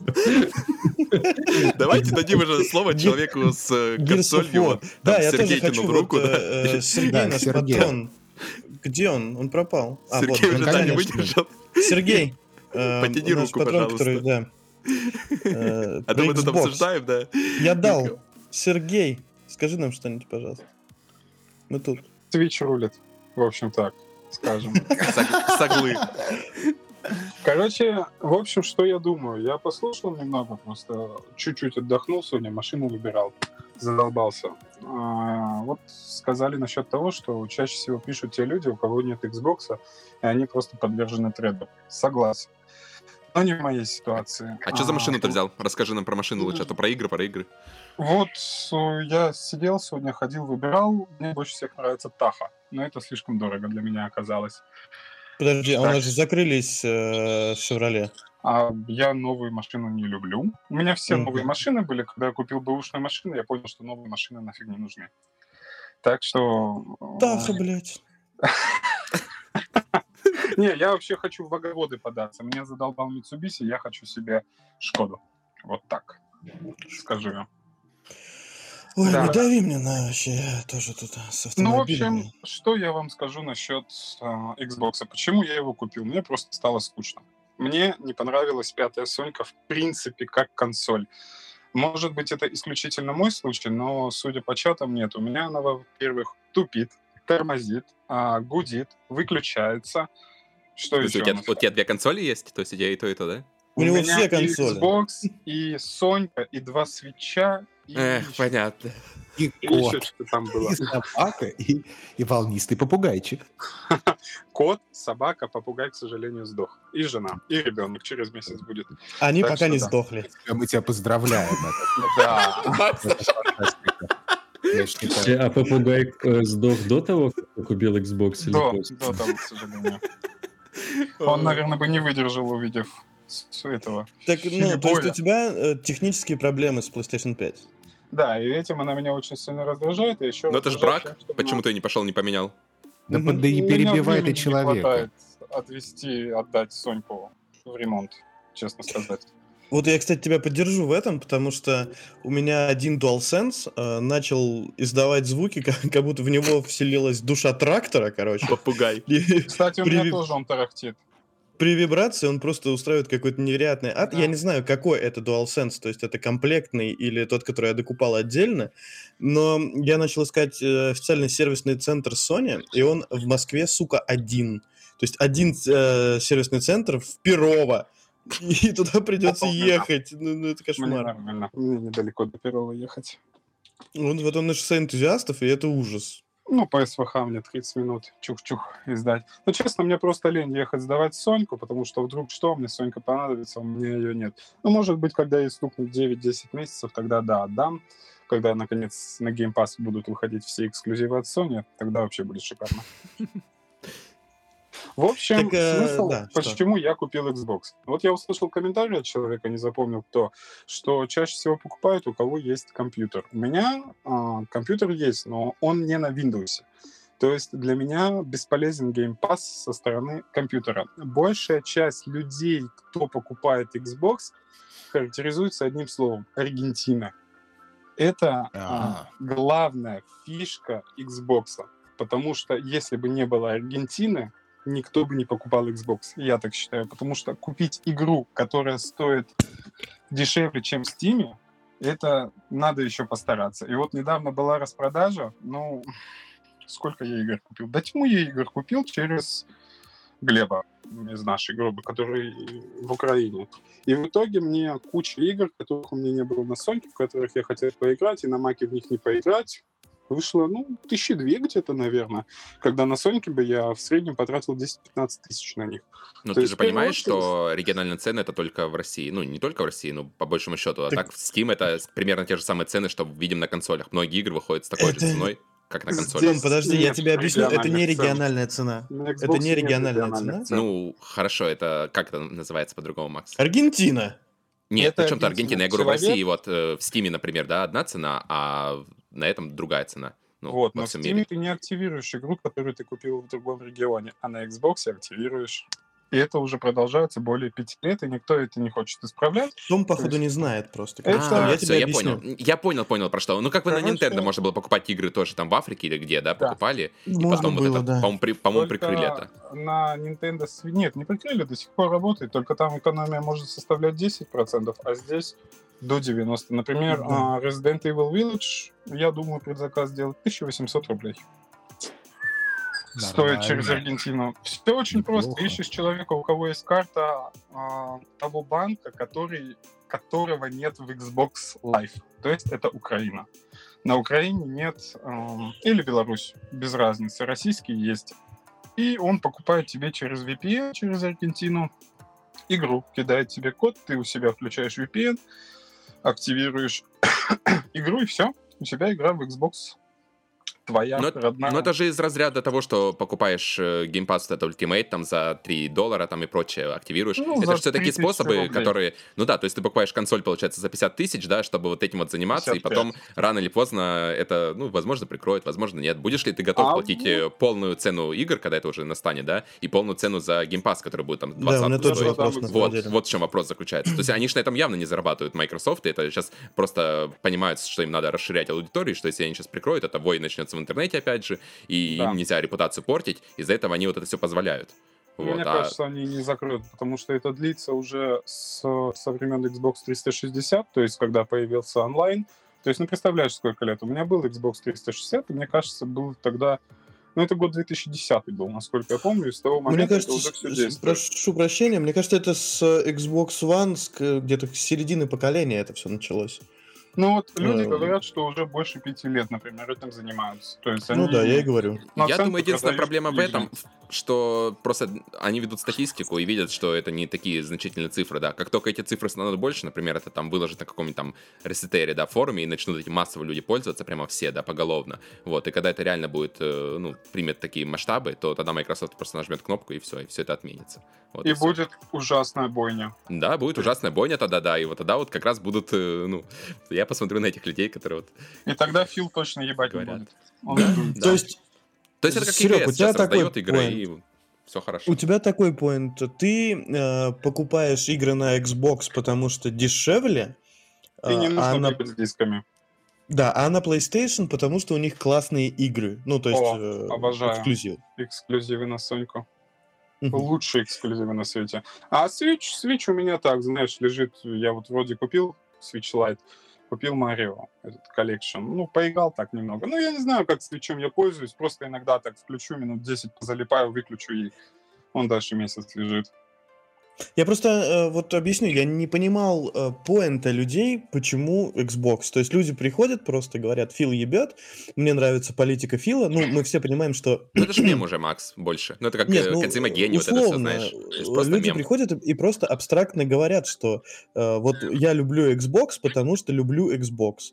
S2: Давайте дадим уже слово человеку с э,
S1: Gears of
S2: консолью.
S1: War.
S2: вот,
S1: Да,
S2: там
S1: я тоже
S2: Сергей
S1: хочу
S2: тянул
S1: вот,
S2: руку, да.
S1: э, э, Сергей,
S3: Да,
S1: наш
S3: Сергей.
S1: патрон. Где он? Он пропал. А, вот,
S2: Сергей
S1: он,
S2: уже да, не
S1: конечно.
S2: выдержал.
S1: Сергей. э,
S2: Потяни
S1: наш
S2: руку,
S1: патрон,
S2: пожалуйста.
S1: который, да. э,
S2: А то
S1: про
S2: мы тут
S1: Xbox.
S2: обсуждаем, да.
S1: Я дал. Сергей, скажи нам что-нибудь, пожалуйста. Мы тут.
S8: Twitch рулит. В общем, так скажем.
S2: Сог- Соглы.
S8: Короче, в общем, что я думаю? Я послушал немного, просто чуть-чуть отдохнул сегодня, машину выбирал, задолбался. А, вот сказали насчет того, что чаще всего пишут те люди, у кого нет Xbox, и они просто подвержены трендам. Согласен. Но не в моей ситуации.
S2: А что за машину ты взял? Расскажи нам про машину лучше, а то про игры, про игры.
S8: Вот э, я сидел сегодня, ходил, выбирал. Мне больше всех нравится Таха, но это слишком дорого для меня оказалось.
S1: Подожди, а у
S8: Так.
S1: нас же закрылись э, в феврале.
S8: А я новую машину не люблю. У меня все
S1: Мгм.
S8: новые машины были. Когда я купил бэушную машину, я понял, что новые машины нафиг не нужны. Так что... э,
S1: Таха, блядь.
S8: Не, я вообще хочу в ваговоды податься. Меня задолбал Mitsubishi, я хочу себе Шкоду. Вот так. Скажу я.
S1: Ой,
S8: Да.
S1: не дави мне на вообще тоже тут а, с
S8: Ну, в
S1: автомобилями.
S8: общем, что я вам скажу насчет э, Xbox? Почему я его купил? Мне просто стало скучно. Мне не понравилась пятая Сонька в принципе как консоль. Может быть, это исключительно мой случай, но, судя по чатам, нет. У меня она, во-первых, тупит, тормозит, а, гудит, выключается. Что
S2: То есть
S8: еще?
S2: у тебя,
S8: у нас?
S2: у тебя две консоли есть? То есть у тебя и то, и то, да?
S1: У него
S8: меня
S1: все
S8: и
S1: консоли.
S8: Xbox, и Сонька, и два свеча, и,
S2: Эх,
S8: еще-
S2: понятно.
S3: И
S8: и еще
S3: кот,
S8: что там было.
S3: и собака, и, и волнистый попугайчик.
S8: Кот, собака, попугай, к сожалению, сдох. И жена, и ребенок через месяц будет.
S1: Они
S8: Так
S1: пока
S8: что
S1: не
S8: да.
S1: сдохли.
S3: Мы тебя поздравляем.
S8: Да.
S3: Это фантастика. Я считаю.
S6: А попугай э, сдох до того, как ты купил Xbox или
S8: До,
S6: после?
S8: до того, к сожалению. Он, наверное, бы не выдержал, увидев с этого.
S1: Так, ну, то есть
S8: Филиппоя.
S1: у тебя э, технические проблемы с PlayStation пять.
S8: Да, и этим она меня очень сильно раздражает. И еще
S2: Ну это ж
S8: раздражает
S2: брак.
S8: тем, что
S2: Почему
S8: она-
S2: ты не пошел, не поменял?
S3: Да,
S1: Мгм.
S3: да и
S8: У меня
S3: перебивай
S8: времени
S3: ты
S8: не
S3: человека.
S8: хватает отвезти, отдать Соньку в ремонт, честно сказать.
S1: Вот я, кстати, тебя поддержу в этом, потому что у меня один DualSense э, начал издавать звуки, как, как будто в него вселилась душа трактора, короче.
S2: Попугай.
S1: И
S8: Кстати, у меня
S1: Привет.
S8: тоже он тарахтит.
S1: при вибрации он просто устраивает какой-то невероятный ад.
S8: Да.
S1: Я не знаю, какой это DualSense, то есть это комплектный или тот, который я докупал отдельно, но я начал искать э, официальный сервисный центр Sony, и он в Москве, сука, один. То есть один э, сервисный центр в Перово. И туда придется
S8: Опа, да.
S1: ехать. Ну, ну, это
S8: Мне
S1: кошмар.
S8: нормально. Мне недалеко до Перова ехать.
S1: Вот, вот он на шоссе энтузиастов, и это ужас.
S8: Ну, по СВХ мне тридцать минут чух-чух издать. Но, честно, мне просто лень ехать сдавать Соньку, потому что вдруг что, мне Сонька понадобится, у меня ее нет. Ну, может быть, когда ей стукнет девять-десять месяцев, тогда да, отдам. Когда, наконец, на Game Pass будут выходить все эксклюзивы от Sony, тогда вообще будет шикарно. В общем,
S1: Так, э,
S8: смысл,
S1: да, что?
S8: почему я купил Xbox. Вот я услышал комментарий от человека, не запомнил кто, что чаще всего покупают, у кого есть компьютер. У меня а, компьютер есть, но он не на Windows. То есть для меня бесполезен Game Pass со стороны компьютера. Большая часть людей, кто покупает Xbox, характеризуется одним словом – Аргентина. Это а, главная фишка Xbox. Потому что если бы не было Аргентины, никто бы не покупал Xbox. Я так считаю. Потому что купить игру, которая стоит дешевле, чем в Steam, это надо еще постараться. И вот недавно была распродажа. Ну, сколько я игр купил? Да тьму я игр купил через Глеба из нашей группы, который в Украине. И в итоге мне куча игр, которых у меня не было на Соньке, в которых я хотел поиграть, и на Маке в них не поиграть. Вышло, ну, тысячи две где-то, наверное. Когда на Соньке бы я в среднем потратил десять-пятнадцать тысяч на них.
S2: Но
S8: То
S2: ты
S8: есть,
S2: же
S8: в первую
S2: понимаешь,
S8: очередь-
S2: что региональные цены это только в России. Ну, не только в России, но по большему счету. А так, в Steam это примерно те же самые цены, что видим на консолях. Многие игры выходят с такой же
S1: Это-
S2: ценой, как на
S8: Здесь-
S2: консолях.
S1: Дом, подожди, я
S8: нет
S1: тебе объясню, это не
S8: региональных цен.
S1: региональная цена.
S8: На Xbox
S1: Это не
S8: нет
S1: региональная
S8: региональных
S1: цена.
S8: цен.
S2: Ну, хорошо, это как это называется по-другому, Макс?
S1: Аргентина.
S2: Нет,
S8: Это
S2: причем-то
S8: Аргентина.
S2: Аргентина. Я говорю, в
S8: Человек-
S2: России вот э, в Steam, например, да, одна цена, а на этом другая цена. Ну,
S8: Вот,
S2: во
S8: но в
S2: всем
S8: Steam
S2: мире.
S8: ты не активируешь игру, которую ты купил в другом регионе, а на Xbox активируешь. И это уже продолжается более пяти лет, и никто это не хочет исправлять.
S1: Том, походу,
S8: есть-
S1: не знает просто.
S8: Это-
S1: Короче, Том,
S2: А,
S1: я
S2: всё,
S1: тебе
S2: я
S1: объясню.
S2: понял. Я понял, понял про что. Ну, как бы на
S8: Короче-
S2: Nintendo можно было покупать игры тоже там в Африке или где, да,
S8: Да.
S2: покупали. И
S1: Можно
S2: потом
S1: было,
S2: вот это,
S1: да.
S2: по-моему, при- по-моему,
S8: Только
S2: прикрыли это.
S8: на Nintendo Switch... Нет, не прикрыли, до сих пор работает, только там экономия может составлять десять процентов, а здесь до девяноста процентов. Например,
S1: Да.
S8: а, Resident Evil Village, я думаю, предзаказ сделать тысяча восемьсот рублей. Стоит
S3: Нормально.
S8: через Аргентину. Все очень
S3: Неплохо.
S8: просто. Ищешь человека, у кого есть карта а, того банка, который, которого нет в Xbox Live. То есть это Украина. На Украине нет, ам, или Беларусь, без разницы. Российский есть. И он покупает тебе через ви пи эн, через Аргентину, игру. Кидает тебе код, ты у себя включаешь ви пи эн, активируешь игру, и все. У тебя игра в Xbox твоя,
S2: Но,
S8: родная.
S2: но это же из разряда того, что покупаешь э, Game Pass, вот это Ultimate, там за три доллара там и прочее, активируешь.
S8: Ну,
S2: это
S8: за
S2: же все такие
S8: три тысячи
S2: способы,
S8: рублей.
S2: которые... Ну да, то есть ты покупаешь консоль, получается, за пятьдесят тысяч, да, чтобы вот этим вот заниматься,
S8: пятьдесят
S2: и потом рано или поздно это, ну, возможно, прикроет, возможно, нет. Будешь ли ты готов
S8: А
S2: платить
S8: вот-
S2: э, полную цену игр, когда это уже настанет, да, и полную цену за Game Pass, который будет там
S1: Да, у
S2: двадцать
S1: меня тот же
S2: стоить?
S8: стоит.
S1: вопрос, на
S2: Вот,
S1: самом деле.
S2: вот в чем вопрос заключается. То есть они же на этом явно не зарабатывают, Microsoft, и это сейчас просто понимают, что им надо расширять аудиторию, что если они сейчас прикроют, это вой начнется в интернете опять же, и
S8: Да.
S2: им нельзя репутацию портить, из-за этого они вот это все позволяют. Вот,
S8: Мне
S2: а-
S8: кажется, они не закроют, потому что это длится уже с, со времен Xbox триста шестьдесят, то есть когда появился онлайн. То есть, ну, представляешь, сколько лет. У меня был Xbox триста шестьдесят, и мне кажется, был тогда... Ну, это год две тысячи десятый был, насколько я помню, и с того
S1: Мне
S8: момента
S1: кажется,
S8: это уже все
S1: с-
S8: действует.
S1: прошу прощения, мне кажется, это с Xbox One, с к- где-то с середины поколения это все началось.
S8: Ну, вот люди
S1: Э,
S8: говорят, что уже больше пяти лет, например, этим занимаются. То есть они...
S1: Ну да, я и говорю.
S8: на
S2: Я
S8: центр
S2: думаю, единственная
S8: продают
S2: проблема в
S8: игры.
S2: этом, что просто они ведут статистику и видят, что это не такие значительные цифры, да. Как только эти цифры станут больше, например, это там выложат на каком-нибудь там ресетере, да, форуме, и начнут эти массово люди пользоваться, прямо все, да, поголовно. Вот, и когда это реально будет, э, ну, примет такие масштабы, то тогда Microsoft просто нажмет кнопку, и все, и все это отменится. Вот,
S8: И
S2: всё.
S8: будет ужасная бойня.
S2: Да, будет ужасная бойня тогда, да, и вот тогда вот как раз будут, э, ну, я посмотрю на этих людей, которые вот
S8: И тогда Фил точно ебать не
S2: говорят.
S8: будет. Он
S2: Да,
S8: будет.
S2: да.
S1: То есть
S2: То есть это как
S1: Серёг,
S2: ИГС
S1: у тебя
S2: сейчас
S1: такой
S2: раздает игры,
S1: point.
S2: и все хорошо.
S1: у тебя такой поинт. Ты э, покупаешь игры на Xbox, потому что дешевле,
S8: И не
S1: а,
S8: нужно
S1: а на,
S8: бегать с дисками.
S1: да, а на PlayStation, потому что у них классные игры. Ну, то есть
S8: О,
S1: э,
S8: обожаю.
S1: эксклюзив.
S8: Эксклюзивы на Соньку.
S1: Мгм.
S8: Лучшие эксклюзивы на свете. А Switch, Switch у меня так, знаешь, лежит. Я вот вроде купил Switch Lite, купил Марио, этот коллекшн. Ну, поиграл так немного. Ну, я не знаю, как Switch'ем я пользуюсь. Просто иногда так включу, минут десять залипаю, выключу, и он дальше месяц лежит.
S1: Я просто э, вот объясню, я не понимал э, поинта людей, почему Xbox. То есть люди приходят, просто говорят, Фил ебет, мне нравится политика Фила. Ну, мы все понимаем, что...
S2: Ну, это же мем уже, Макс, больше. Ну, это как
S1: Нет,
S2: э,
S1: ну,
S2: Кодзима гений, вот это все,
S1: условно,
S2: знаешь. То есть
S1: э,
S2: просто
S1: люди
S2: мем.
S1: приходят и и просто абстрактно говорят, что э, вот я люблю Xbox, потому что люблю Xbox.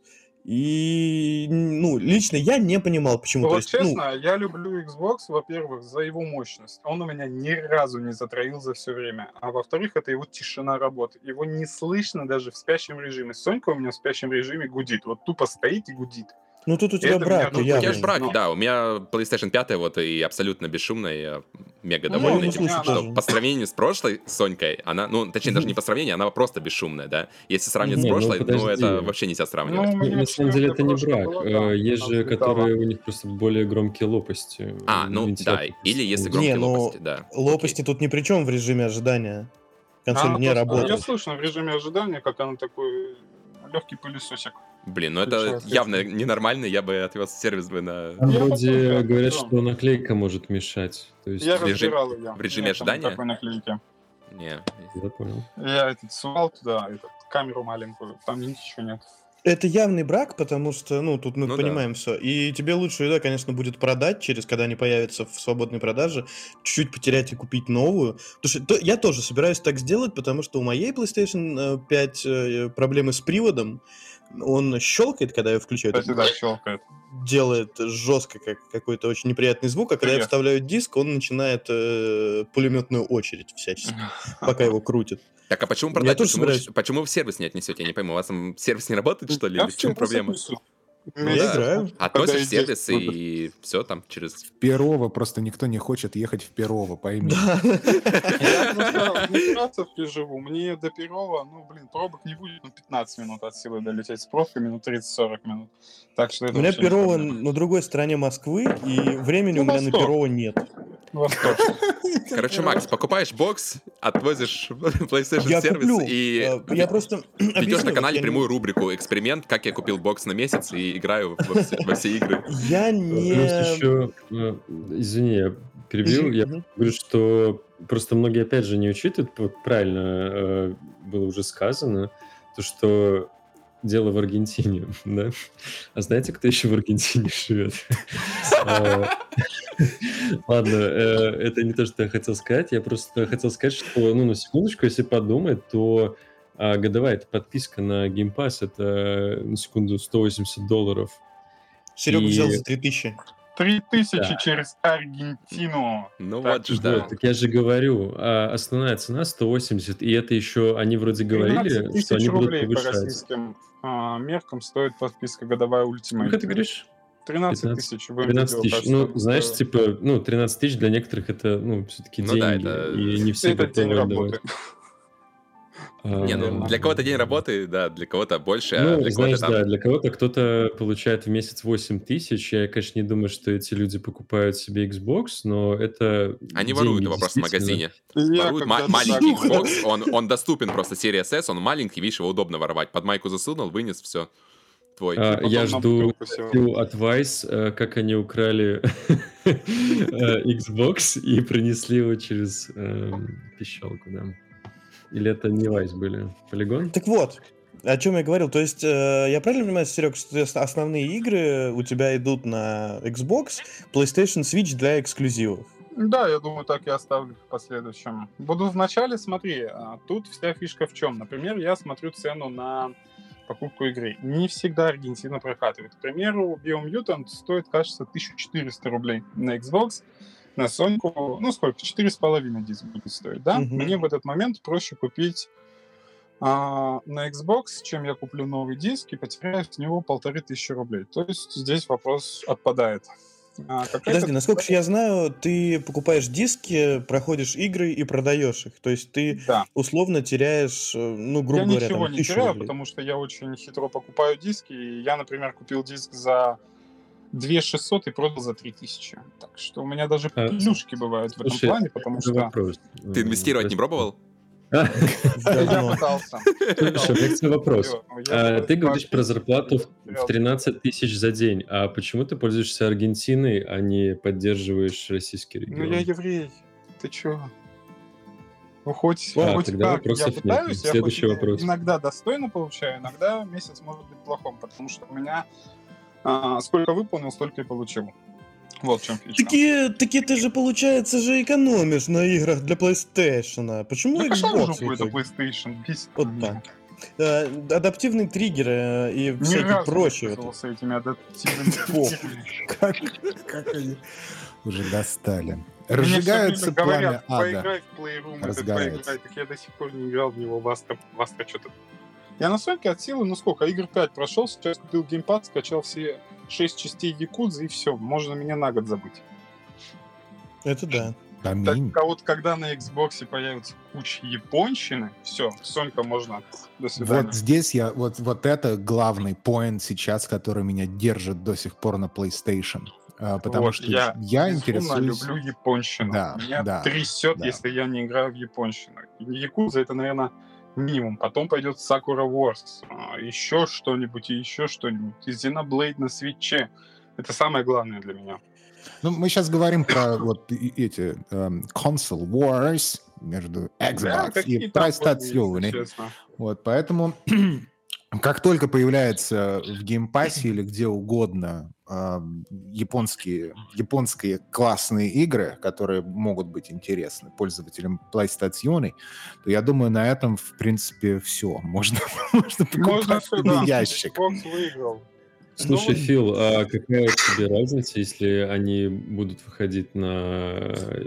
S1: И, ну, лично я не понимал, почему. То
S8: Вот
S1: есть, ну,
S8: честно, я люблю Xbox, во-первых, за его мощность. Он у меня ни разу не затроил за все время. А во-вторых, это его тишина работы. Его не слышно даже в спящем режиме. Сонька у меня в спящем режиме гудит. Вот тупо стоит и гудит.
S1: ну тут у тебя
S8: это
S1: брак
S8: меня- ну,
S2: Я
S1: явный.
S2: же брак,
S8: Ну.
S2: да, у меня PlayStation пять вот и абсолютно бесшумная, я мега
S8: Ну,
S2: довольный
S1: ну,
S2: этим,
S1: слушай,
S2: что
S1: тоже.
S2: по сравнению с прошлой Сонькой, она, ну, точнее, даже не по сравнению, она просто бесшумная, да. Если сравнивать с
S6: Не, ну,
S2: прошлой, ну,
S6: подожди.
S2: это вообще нельзя сравнивать.
S8: Ну, у
S6: Ну,
S8: меня
S6: на самом деле это не
S8: прошлое
S6: брак.
S8: было,
S6: Э,
S8: да,
S6: Есть
S8: она
S6: же,
S8: взлетала.
S6: которые у них просто более громкие лопасти.
S2: А, ну, да,
S6: вентилятор
S2: или если
S6: просто.
S2: громкие
S1: Не, ну,
S2: лопасти, да.
S1: Лопасти тут ни при чем в режиме ожидания. Консоль
S8: Она
S1: не
S8: просто-
S1: работает.
S8: Я слышно в режиме ожидания, как она такой легкий пылесосик.
S2: Блин, ну это
S8: Включается.
S2: явно ненормально, я бы отвез сервис бы на...
S6: Там
S8: Я
S6: вроде
S8: попробую,
S6: говорят,
S8: да.
S6: что наклейка может мешать. То есть,
S8: Я
S2: в режим-
S8: разбирал ее.
S2: в режиме
S8: Нет там
S2: ожидания?
S8: никакой наклейки.
S2: Не,
S6: я понял.
S8: Я этот сувал туда, этот, камеру маленькую, там ничего нет.
S1: Это явный брак, потому что, ну, тут мы
S2: Ну да.
S1: понимаем все. И тебе лучше, да, конечно, будет продать через, когда они появятся в свободной продаже, чуть-чуть потерять и купить новую. Потому что то- я тоже собираюсь так сделать, потому что у моей PlayStation э, пять э, проблемы с приводом. Он щелкает, когда я включаю этот
S8: Кстати, да, щелкает.
S1: делает жестко как какой-то очень неприятный звук, а когда я
S8: Привет.
S1: вставляю диск, он начинает э, пулеметную очередь всячески, пока его крутит.
S2: Так, а почему
S1: Я
S2: продать?
S1: тоже
S2: Почему,
S1: собираюсь.
S2: почему вы в сервис не отнесете? Я не пойму, у вас там сервис не работает, что ли?
S8: Я
S2: Или в чем
S8: все
S2: проблема?
S1: Ну, я играю.
S2: Относишь сервис и все там через...
S3: Перово просто никто не хочет ехать в Перово, пойми.
S1: Да.
S8: Я просто в Некрасовке живу, мне до Перова, ну, блин, пробок не будет, ну, пятнадцать минут от силы долететь с пробками, ну, тридцать-сорок минут. Так что это
S1: У меня
S8: вообще не
S1: Перово
S8: проблема.
S1: на другой стороне Москвы, и времени
S8: Ну,
S1: у меня на
S8: восток.
S1: Перово нет.
S8: Восток.
S2: Короче, Макс, покупаешь бокс, отвозишь в PlayStation
S1: Я
S2: сервис
S1: куплю.
S2: и
S1: э, Я просто
S2: ведешь
S1: объясню,
S2: на
S1: вот
S2: канале
S1: я не-
S2: прямую рубрику «Эксперимент», как я купил бокс на месяц и играю во все, во все игры.
S1: Я
S6: Плюс
S1: не...
S6: еще, э, извини, я перебил,
S1: Мгм,
S6: я
S1: мгм.
S6: говорю, что просто многие, опять же, не учитывают, вот правильно э, было уже сказано, то, что дело в Аргентине, да? А знаете, кто еще в Аргентине живет? Э, Ладно, э, это не то, что я хотел сказать, я просто хотел сказать, что, ну, на секундочку, если подумать, то а, годовая эта подписка на Game Pass, это, на секунду, сто восемьдесят долларов.
S1: Серега
S6: И-
S1: взял за три тысячи.
S8: Три тысячи
S6: Да.
S8: через Аргентину.
S2: Ну
S8: Так,
S2: вот же, да.
S6: Вот, так я же говорю, а основная цена сто восемьдесят, и это еще они вроде говорили,
S8: тринадцать
S6: что они
S8: тысяч
S6: будут
S8: рублей по
S6: повышать.
S8: российским а, меркам стоит подписка годовая Ultimate.
S6: Сколько ты говоришь?
S8: тринадцать
S6: пятнадцать
S8: тысяч. вы
S6: тринадцать
S8: видео,
S6: тысяч.
S8: кажется,
S6: Ну, знаешь,
S8: это-
S6: типа, ну, тринадцать тысяч для некоторых это, ну, все-таки
S2: Ну да,
S6: деньги,
S2: это-
S6: и не все
S8: это день
S6: готовы
S8: работы.
S6: отдавать. А,
S2: Не, ну для кого-то день работы, да, для кого-то больше, а
S6: Ну,
S2: для
S6: знаешь,
S2: кого-то
S6: да,
S2: там...
S6: для кого-то кто-то получает в месяц восемь тысяч. Я, конечно, не думаю, что эти люди покупают себе Xbox, но это
S2: Они
S6: деньги,
S2: воруют его просто в
S6: действительно.
S2: магазине.
S8: Я
S2: Воруют ма-
S8: когда-то
S2: маленький
S8: так-
S2: Xbox, он, он доступен просто Series S, он маленький, видишь, его удобно воровать. Под майку засунул, вынес, все, твой.
S6: А,
S8: потом
S6: я
S8: на
S6: жду
S8: бутылку всего.
S6: Фил от Vice, э, как они украли э, Xbox и принесли его через эм, пищалку, да. Или это не Vice были? Полигон?
S1: Так вот, о чем я говорил. То есть, э, я правильно понимаю, Серег, что ос- основные игры у тебя идут на Xbox, PlayStation, Switch для эксклюзивов?
S8: Да, я думаю, так и оставлю в последующем. Буду вначале, смотри, а, тут вся фишка в чем. Например, я смотрю цену на покупку игры. Не всегда Аргентина прокатывает. К примеру, Biomutant стоит, кажется, тысяча четыреста рублей на Xbox. На Соньку, ну сколько, четыре с половиной диск будет стоить, да?
S1: Мгм.
S8: Мне в этот момент проще купить а, на Xbox, чем я куплю новый диск и потеряю с него полторы тысячи рублей. То есть здесь вопрос отпадает. А, какая-то-
S1: Подожди, насколько же я знаю, ты покупаешь диски, проходишь игры и продаешь их. То есть ты
S8: Да.
S1: условно теряешь, э, ну, грубо
S8: Я
S1: говоря,
S8: ничего
S1: там,
S8: не
S1: тысячу
S8: теряю,
S1: рублей.
S8: потому что я очень хитро покупаю диски. И я, например, купил диск за две тысячи шестьсот и продал за три тысячи. Так что у меня даже
S6: А,
S8: плюшки бывают в этом
S6: слушай,
S8: плане, потому
S6: Это
S8: что
S6: вопрос.
S2: Ты инвестировать не пробовал?
S6: А,
S1: В
S8: я
S1: говно.
S8: пытался.
S6: Слушай, у меня к тебе вопрос.
S8: Я
S6: А,
S8: бы
S6: Ты говоришь про зарплату в-
S8: потерял.
S6: в тринадцать тысяч за день, а почему ты пользуешься Аргентиной, а не поддерживаешь российский
S8: Ну я
S6: регион?
S8: еврей. Ты чё? Ну хоть,
S6: А,
S8: хоть
S6: тогда
S8: как. Я
S6: вопросов нет.
S8: пытаюсь, я
S6: Следующий
S8: хоть и-
S6: вопрос.
S8: иногда достойно получаю, иногда месяц может быть плохом, потому что у меня а, сколько выполнил, столько и получил. Вот в чем фишка.
S1: Такие, такие ты же, получается, же экономишь на играх для PlayStation. Почему
S8: Ну какая
S1: Xbox?
S8: уже будет
S1: не так?
S8: PlayStation? Бесит
S1: Вот
S8: меня.
S1: так. Э, адаптивные триггеры э, и
S8: Ни
S1: всякие
S8: разу не
S1: прочие. вот
S8: пользовался этими адаптивными триггерами.
S3: Как, как они уже достали.
S8: Мне
S3: Разжигается
S8: всё время
S3: пламя
S8: говорят,
S3: ада.
S8: поиграй в Playroom, это
S3: Разгорается.
S8: поиграй. Так я до сих пор не играл в него, в Астро, в Астро что-то. Я на Соньке от силы, ну сколько, игр пять прошел, сейчас купил геймпад, скачал все шесть частей Якудзы и все, можно меня на год забыть.
S1: Это да.
S8: Так,
S3: Аминь.
S8: а вот когда на Xbox появится куча японщины, все, Сонька можно, до свидания.
S3: Вот здесь я, вот, вот это главный поинт сейчас, который меня держит до сих пор на PlayStation. А, Потому
S8: Вот,
S3: что
S8: я
S3: я,
S8: безумно
S3: интересуюсь...
S8: люблю японщину.
S3: Да,
S8: Меня
S3: да,
S8: трясет,
S3: да.
S8: если я не играю в японщину. Якудза это, наверное, минимум. Потом пойдет Sakura Wars. А, еще что-нибудь и еще что-нибудь. И Xenoblade на свитче. Это самое главное для меня.
S3: Ну, мы сейчас говорим про вот и- эти эм, console wars между
S8: Да,
S3: Xbox
S8: какие
S3: и
S8: там
S3: PlayStation.
S8: войны, если честно.
S3: Вот, поэтому Как только появляется в геймпассе или где угодно э, японские, японские классные игры, которые могут быть интересны пользователям PlayStation, то я думаю, на этом, в принципе, все. Можно, можно
S8: Можно
S3: покупать
S8: все, да.
S3: ящик.
S8: Xbox выиграл.
S6: Слушай,
S8: Ну,
S6: Фил, а какая тебе разница, если они будут выходить на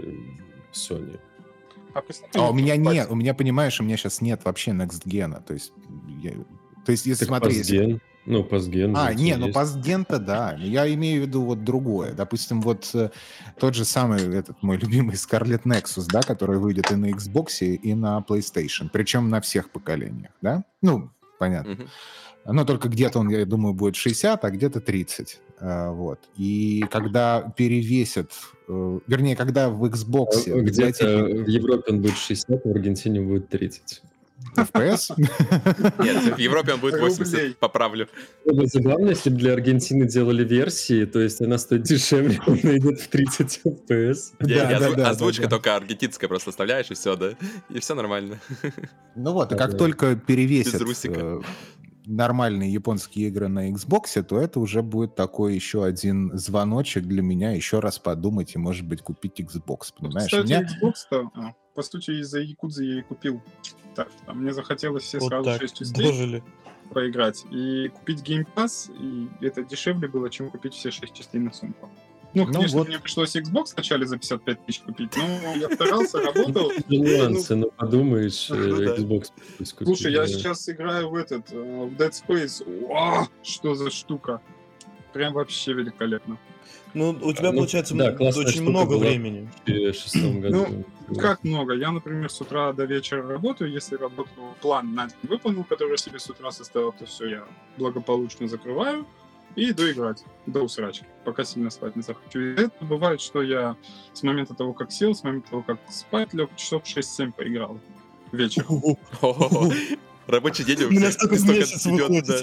S6: Sony?
S8: а представь,
S3: А у
S8: они
S3: меня
S8: покупать.
S3: нет, у меня, понимаешь, у меня сейчас нет вообще Next Gen. То есть, я- то есть если
S6: Так
S3: смотри, если-
S6: пасген, ну, пасген.
S3: А,
S6: же у
S3: не,
S6: тебя
S3: ну
S6: есть.
S3: пасген-то да. Но я имею в виду вот другое. Допустим, вот э, тот же самый этот мой любимый Scarlet Nexus, да, который выйдет и на Xbox, и на PlayStation. Причем на всех поколениях, да? Ну, понятно.
S2: Мгм.
S3: Но только где-то он, я думаю, будет шестьдесят, а где-то тридцать. Э, вот. И когда перевесят, э, вернее, когда в Xbox
S6: А, Где-то
S3: библиотеки
S6: в Европе он будет шестьдесят, а в Аргентине будет тридцать.
S3: эф пи эс,
S2: Нет, в Европе он будет
S8: Рублей.
S2: восемьдесят, поправлю.
S6: Было бы забавно, если бы для Аргентины делали версии, то есть она стоит дешевле, она идет в тридцать эф пи эс.
S2: Не,
S3: Да,
S2: не,
S3: да,
S2: озву-
S3: да,
S2: Озвучка
S3: да, да.
S2: только аргентинская просто оставляешь, и все, да? И все нормально.
S3: Ну вот, и как
S6: Ага.
S3: только перевесят
S2: Без русика.
S3: э, нормальные японские игры на Xbox, то это уже будет такой еще один звоночек для меня еще раз подумать и, может быть, купить Xbox,
S8: Вот,
S3: понимаешь? У
S8: кстати,
S3: меня-
S8: Xbox-то, а, по сути, из-за Якудзы я и купил. Так, а мне захотелось все
S1: Вот
S8: сразу
S1: так,
S8: шесть частей
S1: дожили.
S8: поиграть. И купить Game Pass, и это дешевле было, чем купить все шесть частей на сумку. Ну,
S3: Ну
S8: конечно,
S3: вот.
S8: мне пришлось Xbox вначале за пятьдесят пять тысяч купить, но я старался, работал.
S6: Нюансы, ну подумаешь,
S2: Ну
S6: э,
S2: да.
S6: Xbox купить.
S8: Слушай, я
S6: да.
S8: сейчас играю в этот, э, в Dead Space. Уа, что за штука? Прям вообще великолепно.
S1: Ну, у тебя,
S6: Ну,
S1: получается,
S6: да,
S1: м,
S6: классная
S1: очень
S6: штука
S1: много
S6: была.
S1: времени.
S6: В две тысячи шестом году.
S8: Как много? Я, например, с утра до вечера работаю. Если работу план на день выполнил, который я себе с утра составил, то все, я благополучно закрываю и иду играть до усрачки, пока сильно спать не захочу. И это бывает, что я с момента того, как сел, с момента того, как спать лег, часов шесть-семь поиграл вечером.
S2: О, Рабочий день у
S1: У меня
S2: всех
S1: столько в
S2: столько
S1: месяц
S2: идет,
S1: выходит.
S2: да.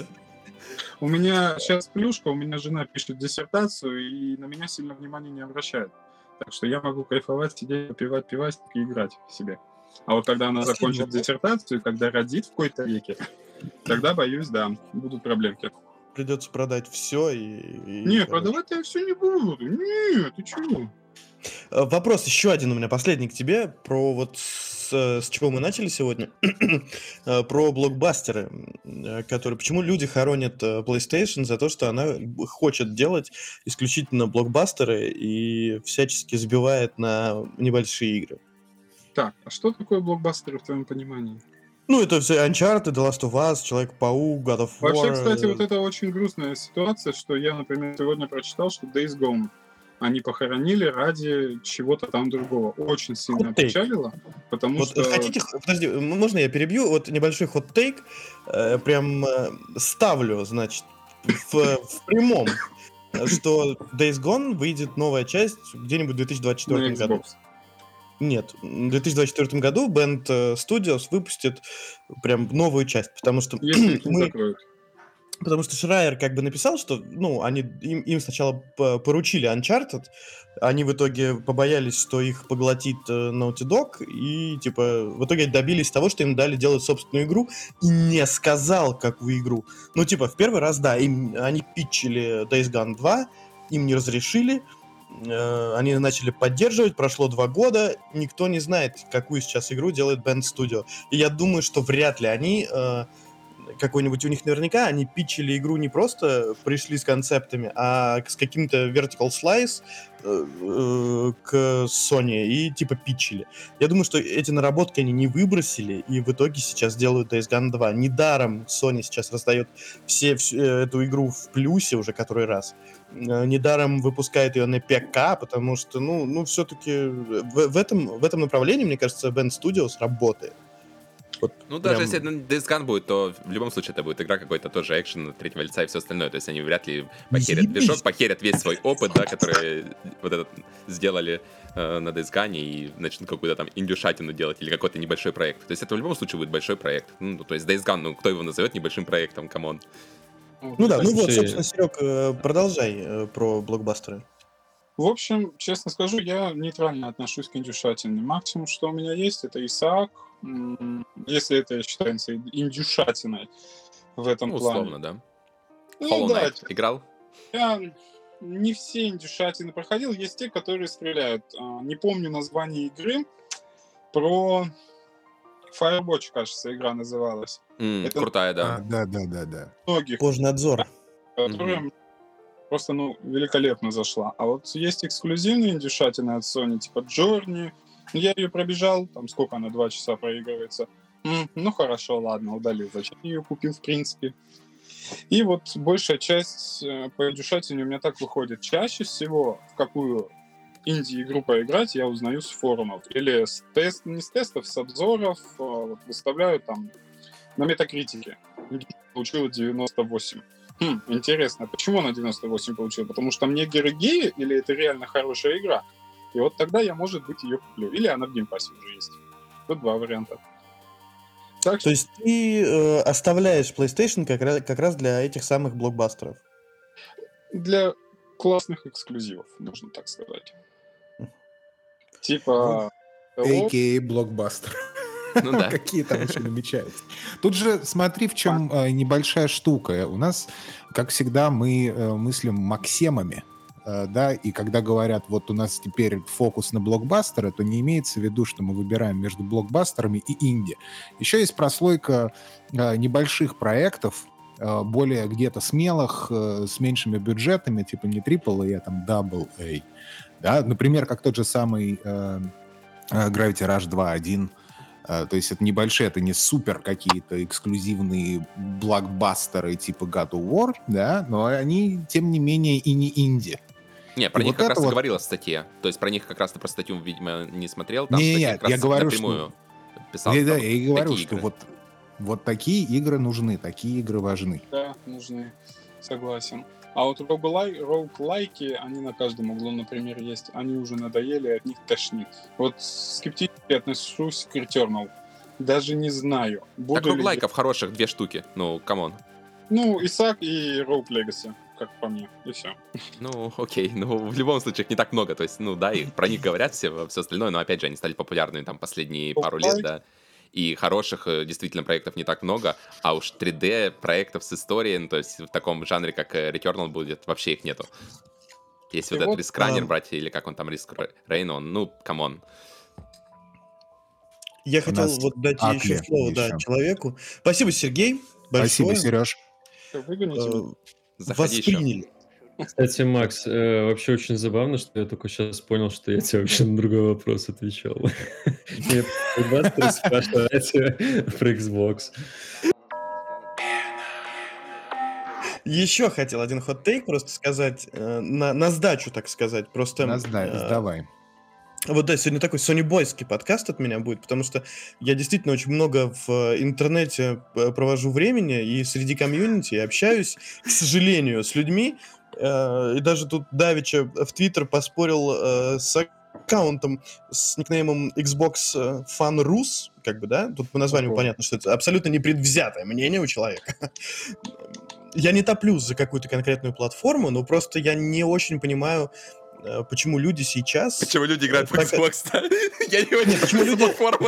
S8: У меня сейчас плюшка, у меня жена пишет диссертацию, и на меня сильно внимания не обращает. Так что я могу кайфовать, сидеть, попивать пивасик и играть себе. А вот когда она
S1: Последний
S8: закончит
S1: вопрос.
S8: диссертацию, когда родит в какой-то веке, тогда, боюсь, да, будут проблемки.
S1: Придется продать все и... и,
S8: Не,
S1: короче.
S8: продавать я все не буду. Не, ты чего?
S1: Э, Вопрос еще один у меня, последний к тебе, про вот с, э, с чего мы начали сегодня, Э, про блокбастеры, э, которые... Почему люди хоронят э, PlayStation за то, что она хочет делать исключительно блокбастеры и всячески сбивает на небольшие игры?
S8: Так, а что такое блокбастеры в твоем понимании?
S1: Ну, это все Uncharted, The Last of Us, Человек-паук, God of War.
S8: Вообще, кстати,
S1: э,
S8: вот это очень грустная ситуация, что я, например, сегодня прочитал, что Days Gone они похоронили ради чего-то там другого. Очень сильно
S1: Hot take.
S8: опечалило, потому
S1: Вот
S8: что...
S1: хотите, х- подожди, м- можно я перебью? Вот небольшой хот-тейк, э, прям э, ставлю, значит, в, в прямом, э, что Days Gone выйдет новая часть где-нибудь в две тысячи двадцать четвёртом
S8: на
S1: году.
S8: Xbox.
S1: Нет, в две тысячи двадцать четвёртом году Band э, Studios выпустит прям новую часть, потому что
S8: Если их не
S1: мы...
S8: закроют.
S1: Потому что Шрайер как бы написал, что, ну, они, им, им сначала п- поручили Uncharted, они в итоге побоялись, что их поглотит э, Naughty Dog, и, типа, в итоге добились того, что им дали делать собственную игру, и не сказал, какую игру. Ну, типа, в первый раз, да, им, они питчили Days Gone два, им не разрешили, э, они начали поддерживать, прошло два года, никто не знает, какую сейчас игру делает Band Studio. И я думаю, что вряд ли они... э, какой-нибудь у них наверняка они питчили игру не просто пришли с концептами, а с каким-то vertical slice э, э, к Sony и типа питчили. Я думаю, что эти наработки они не выбросили и в итоге сейчас делают Days Gone два. Недаром Sony сейчас раздает все, всю эту игру в плюсе уже который раз. Э, Недаром выпускает ее на ПК, потому что, ну, ну все-таки в, в, этом, в этом направлении, мне кажется, Band Studios работает. Вот
S2: Ну, даже
S1: прям-
S2: если это Days Gone будет, то в любом случае это будет игра какой-то тоже экшен от третьего лица и все остальное. То есть они вряд ли похерят
S1: Заебись.
S2: движок, похерят весь свой опыт, да, который вот этот сделали э, на Days Gone и начнут какую-то там индюшатину делать или какой-то небольшой проект. То есть это в любом случае будет большой проект. Ну, то есть Days Gone, ну, кто его назовет небольшим проектом, камон.
S1: Ну да, ну вот,
S6: Слушай,
S1: собственно, Серег, э, продолжай э, про блокбастеры.
S8: В общем, честно скажу, я нейтрально отношусь к индюшатине. Максимум, что у меня есть, это Исаак. М, Если это считается индюшатиной. в этом
S2: Ну,
S8: плане.
S2: условно, да.
S8: Ну
S2: Hollow
S8: да,
S2: Knight играл?
S8: я не все индюшатины проходил, есть те, которые стреляют. А, Не помню название игры, про Firewatch, кажется, игра называлась.
S2: М,
S8: Это
S2: крутая,
S3: А,
S2: да.
S3: да, да, да, да.
S8: Многих,
S1: Божнадзор.
S8: которая
S2: Мгм.
S8: просто, ну, великолепно зашла. А вот есть эксклюзивные индюшатины от Sony, типа Journey. Ну, я ее пробежал, там сколько она, два часа проигрывается. М, ну хорошо, ладно, удалил. Зачем я ее купил, в принципе? И вот большая часть э, по индюшатине у меня так выходит. Чаще всего в какую инди-игру поиграть я узнаю с форумов. Или с тест, не с тестов, с обзоров. а вот выставляю там на метакритике. Получила девяносто восемь. Хм, интересно, почему она девяносто восемь получила? Потому что мне геи или это реально хорошая игра? И вот тогда я, может быть, ее куплю. Или она в геймпассе уже есть. Тут два варианта. Так
S1: То
S8: что
S1: есть ты э, оставляешь PlayStation как раз, как раз для этих самых блокбастеров.
S8: для классных эксклюзивов, можно так сказать.
S1: Мгм.
S8: Типа... Hello,
S3: а ка а блокбастер.
S2: Ну да.
S3: Какие там еще намечаются. Тут же смотри, в чем э, небольшая штука. У нас, как всегда, мы э, мыслим максемами. э, Да, и когда говорят, вот у нас теперь фокус на блокбастеры, то не имеется в виду, что мы выбираем между блокбастерами и инди. Еще есть прослойка э, небольших проектов, э, более где-то смелых, э, с меньшими бюджетами, типа не трипл эй, а там дабл эй. Да? Например, как тот же самый э, э, Gravity Rush два точка один. Uh, то есть это небольшие, это не супер какие-то эксклюзивные блокбастеры типа God of War, да, но они, тем не менее, и не инди.
S2: Не, про
S3: И
S2: них
S3: вот
S2: как
S3: это
S2: раз и
S3: вот-
S2: говорилось в статье. То есть про них как раз ты про статью, видимо, не смотрел. Там
S3: Не,
S2: статья
S3: не,
S2: как раз
S3: я говорю,
S2: напрямую писал.
S3: Да,
S2: что
S3: да,
S2: вот
S3: я и говорю,
S2: такие
S3: что
S2: игры.
S3: вот, вот такие игры нужны, такие игры важны.
S8: да, нужны. Согласен. А вот роуглай, роуглайки, они на каждом углу, например, есть. Они уже надоели, от них тошнит. Вот скептически отношусь к Returnal. Даже не знаю. Буду
S2: Так
S8: ли-
S2: роглайков хороших две штуки. Ну, камон.
S8: Ну, Исаак и Rogue Legacy, как по мне, и все.
S2: Ну, окей. Ну, в любом случае, их не так много. То есть, ну да, и про них говорят все, все остальное, но опять же, они стали популярными там последние пару лет, да. И хороших э, действительно проектов не так много, а уж три дэ проектов с историей, ну, то есть в таком жанре, как э, Returnal будет, вообще их нету. Если
S8: И
S2: вот
S8: вот,
S2: этот Risk Runner
S1: ам,
S2: брать, или как он там, Risk Rain, он, ну, камон.
S1: Я
S3: У
S1: хотел
S3: нас
S1: вот дать
S3: Акли
S1: еще слово да,
S3: еще.
S1: человеку. Спасибо, Сергей.
S3: Спасибо,
S1: Большое.
S3: Сереж.
S8: Выгоните
S1: Э,
S8: меня.
S2: Заходи еще.
S1: Восприняли.
S6: Кстати, Макс, э, вообще очень забавно, что я только сейчас понял, что я тебе вообще на другой вопрос отвечал. Я блокбастер спрашиваю, а тебе про Xbox.
S1: Еще хотел один хот-тейк просто сказать, э, на, на сдачу, так сказать. Просто...
S3: Нас да,
S1: э,
S3: сдавай.
S1: Вот да, сегодня такой сонибойский подкаст от меня будет, потому что я действительно очень много в э, интернете э, провожу времени и среди комьюнити общаюсь, к сожалению, с людьми. Э, И даже тут давеча в Твиттер поспорил э, с аккаунтом с никнеймом Xbox э, Fan Rus, как бы, да? Тут по названию
S8: Ого.
S1: понятно, что это абсолютно непредвзятое мнение у человека. Я не топлюсь за какую-то конкретную платформу, но просто я не очень понимаю, э, почему люди сейчас...
S2: Почему люди играют в
S1: Так,
S2: Xbox, да? Я не очень
S1: Нет, почему
S2: люблю
S1: люди-
S2: платформу.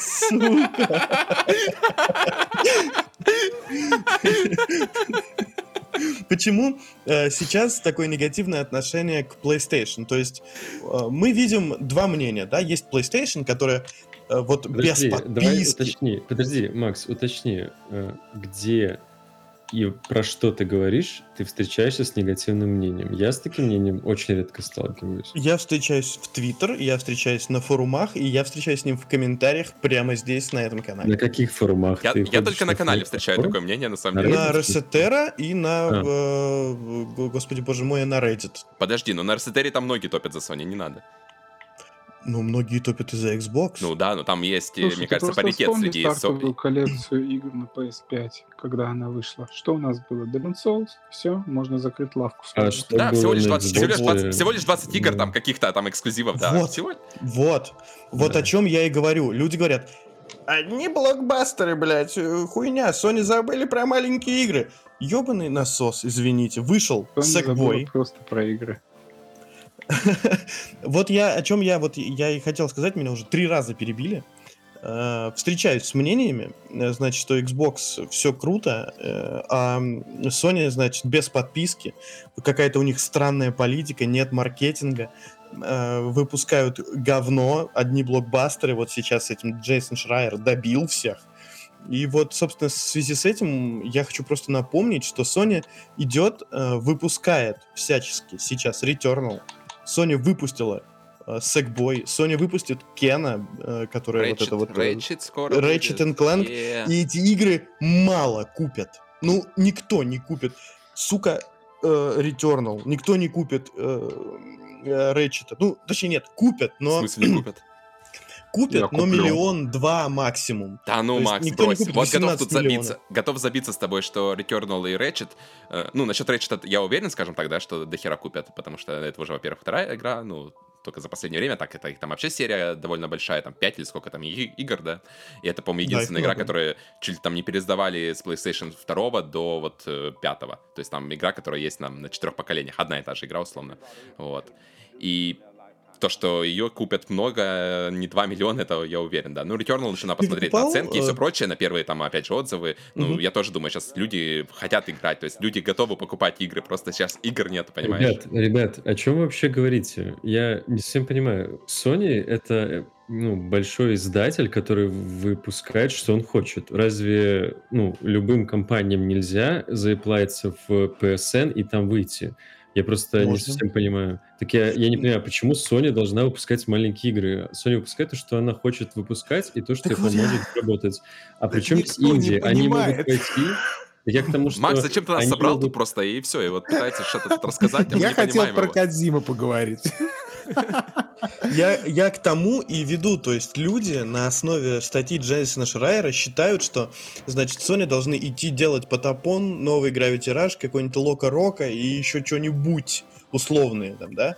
S1: Почему э, сейчас такое негативное отношение к PlayStation? То есть э, мы видим два мнения, да? Есть PlayStation, которая э, вот
S6: Подожди,
S1: без
S6: давай
S1: подписки.
S6: уточни. Подожди, Макс, уточни, э, где и про что ты говоришь, ты встречаешься с негативным мнением. Я с таким мнением очень редко сталкиваюсь.
S1: Я встречаюсь в Твиттер, я встречаюсь на форумах, и я встречаюсь с ним в комментариях прямо здесь, на этом канале.
S6: На каких форумах
S2: Я,
S6: ты
S2: я
S6: ходишь
S2: только на канале встречаю
S6: форум?
S2: такое мнение, на самом
S6: На
S2: деле.
S1: На
S6: Reddit?
S1: Ресетера и на,
S6: А.
S1: э, г- господи боже мой, на Reddit.
S2: Подожди, но на Ресетере там многие топят за Sony, не надо.
S1: Ну, многие топят из-за Xbox.
S2: Ну да, но там есть, э,
S9: Слушай,
S2: мне
S9: ты
S2: кажется,
S9: просто
S2: паритет
S9: вспомни
S2: среди... со-
S9: стартовую коллекцию игр на пи эс пять, когда она вышла. Что у нас было? Demon's Souls, все, можно закрыть лавку.
S6: А
S9: сразу.
S6: что
S2: Да,
S6: было
S2: всего лишь,
S6: на
S2: двадцать, всего, лишь
S6: Xbox?
S2: двадцать, всего лишь двадцать игр
S6: Да.
S2: там каких-то там эксклюзивов, да.
S1: Вот.
S2: Всего...
S1: Вот. Вот
S6: Да.
S1: о чем я и говорю. Люди говорят, одни блокбастеры, блядь, э, хуйня, Sony забыли про маленькие игры. Ёбаный насос, извините. Вышел
S9: Sony забыла
S1: Sackboy.
S9: просто про игры.
S1: Вот я, о чем я, вот я и хотел сказать, меня уже три раза перебили. э, встречаюсь с мнениями, э, значит, что Xbox все круто, э, а Sony, значит, без подписки, какая-то у них странная политика, нет маркетинга, э, выпускают говно, одни блокбастеры, вот сейчас с этим Джейсон Шрайер добил всех. И вот, собственно, в связи с этим я хочу просто напомнить, что Sony идет, э, выпускает всячески сейчас Returnal. Sony выпустила э, Sackboy, Sony выпустит Кена, э, который вот это вот... э,
S2: Ratchet скоро
S1: Ratchet
S2: будет.
S1: and Clank.
S2: Yeah.
S1: И эти игры мало купят. Ну, никто не купит. Сука, э, Returnal. Никто не купит э, э, Ratchet. Ну, точнее, нет, купят,
S2: В
S1: но...
S2: смысле не купят?
S1: Купят,
S8: Я
S1: но
S8: куплю.
S1: миллион-два максимум.
S2: Да ну,
S1: То есть
S2: Макс,
S1: никто не
S2: брось.
S1: купит
S2: Вот готов
S1: восемнадцать
S2: тут забиться.
S1: миллионов.
S2: Готов забиться с тобой, что Returnal и Ratchet... э, ну, насчет Ratchet я уверен, скажем так, да, что дохера купят, потому что это уже, во-первых, вторая игра, ну, только за последнее время, так, это их там вообще серия довольно большая, там пять или сколько там и- игр, да, и это, по-моему,
S1: Да, их
S2: единственная игра,
S1: много.
S2: которую чуть ли там не пересдавали с PlayStation два до вот э, пятого, то есть там игра, которая есть нам на четырех поколениях, одна и та же игра, условно, вот, и то, что ее купят много, не два миллиона, это я уверен, да. Ну, Returnal еще надо
S1: Ты
S2: посмотреть
S1: покупал,
S2: на оценки и все
S1: э,
S2: прочее, на первые там, опять же, отзывы. Ну,
S1: Мгм.
S2: я тоже думаю, сейчас люди хотят играть, то есть люди готовы покупать игры, просто сейчас игр нет, понимаешь?
S6: Ребят, ребят, о чем вы вообще говорите? Я не совсем понимаю. Sony — это э, ну, большой издатель, который выпускает, что он хочет. Разве ну, любым компаниям нельзя заеплайться в пи эс эн и там выйти? Я просто не
S1: Можно.
S6: совсем понимаю. Так я, я не понимаю, почему Sony должна выпускать маленькие игры. Sony выпускает то, что она хочет выпускать, и то, что
S3: Так
S6: ей
S3: вот я-
S6: поможет работать. А
S3: Так
S6: при чем
S3: никто
S6: с
S3: не
S6: Индией? Они могут
S3: понимает.
S6: пойти... Я к тому, что
S2: Макс, зачем ты нас
S6: они
S2: собрал
S6: могут-
S2: тут просто, и все, и вот пытается что-то тут рассказать, а мы
S3: Я
S2: не
S3: хотел
S2: понимаем
S3: про
S2: его.
S3: Кодзиму поговорить.
S1: Я, я к тому и веду, то есть люди на основе статьи Джейсона Шрайера считают, что, значит, Sony должны идти делать Потапон, новый Gravity Rush, какой-нибудь Лока Рока и еще что-нибудь условные там, да,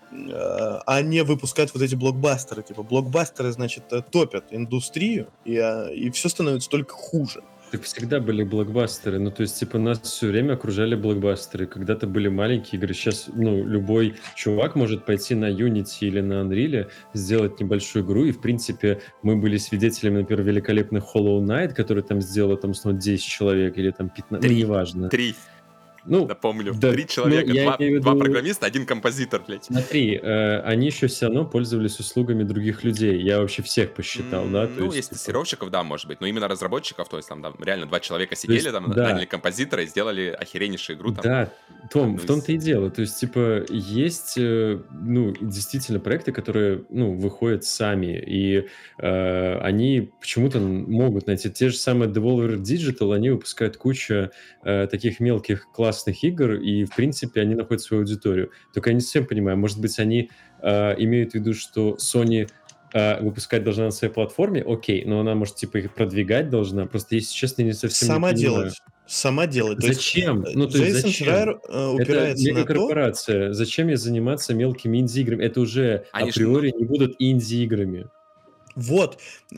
S1: Э, а не выпускать вот эти блокбастеры. Типа блокбастеры, значит, э, топят индустрию, и, э, и все становится только хуже.
S6: Так всегда были блокбастеры, ну то есть типа нас все время окружали блокбастеры, когда-то были маленькие игры, сейчас ну любой чувак может пойти на Unity или на Unreal, сделать небольшую игру, и в принципе мы были свидетелями, например, великолепных Hollow Knight, который там сделал там условно десять человек или там пятнадцать, ну
S2: Три.
S6: неважно.
S2: Три,
S6: Ну,
S2: напомню.
S6: да,
S2: Три человека,
S6: ну, я
S2: два,
S6: имею в
S2: два
S6: виду-
S2: программиста, один композитор, блядь.
S6: Смотри, э, они еще все равно пользовались услугами других людей. Я вообще всех посчитал,
S2: М,
S6: да? то
S2: Ну,
S6: есть,
S2: есть
S6: типа,
S2: тестировщиков, да, может быть, но именно разработчиков, то есть там, там реально два человека сидели,
S6: есть,
S2: там,
S6: да.
S2: наняли композитора и сделали охереннейшую игру там.
S6: Да, Том,
S2: одну
S6: в том-то
S2: из-
S6: и дело. То есть, типа, есть, э, ну, действительно проекты, которые, ну, выходят сами, и э, они почему-то могут найти. Те же самые Devolver Digital, они выпускают кучу э, таких мелких классных игр, и, в принципе, они находят свою аудиторию. Только я не совсем понимаю, может быть, они э, имеют в виду, что Sony э, выпускать должна на своей платформе, окей, но она, может, типа, их продвигать должна. Просто, если честно, не совсем не
S1: Сама
S6: понимаю.
S1: делать. Сама делать. То есть,
S6: Зачем?
S1: э,
S6: Ну, то есть
S1: Джейсон
S6: зачем?
S1: Шрайер э,
S6: Это
S1: упирается на то,
S6: мегакорпорация. Зачем ей заниматься мелкими инди-играми? Это уже
S2: Они ж, ну-
S6: априори не будут инди-играми.
S1: вот,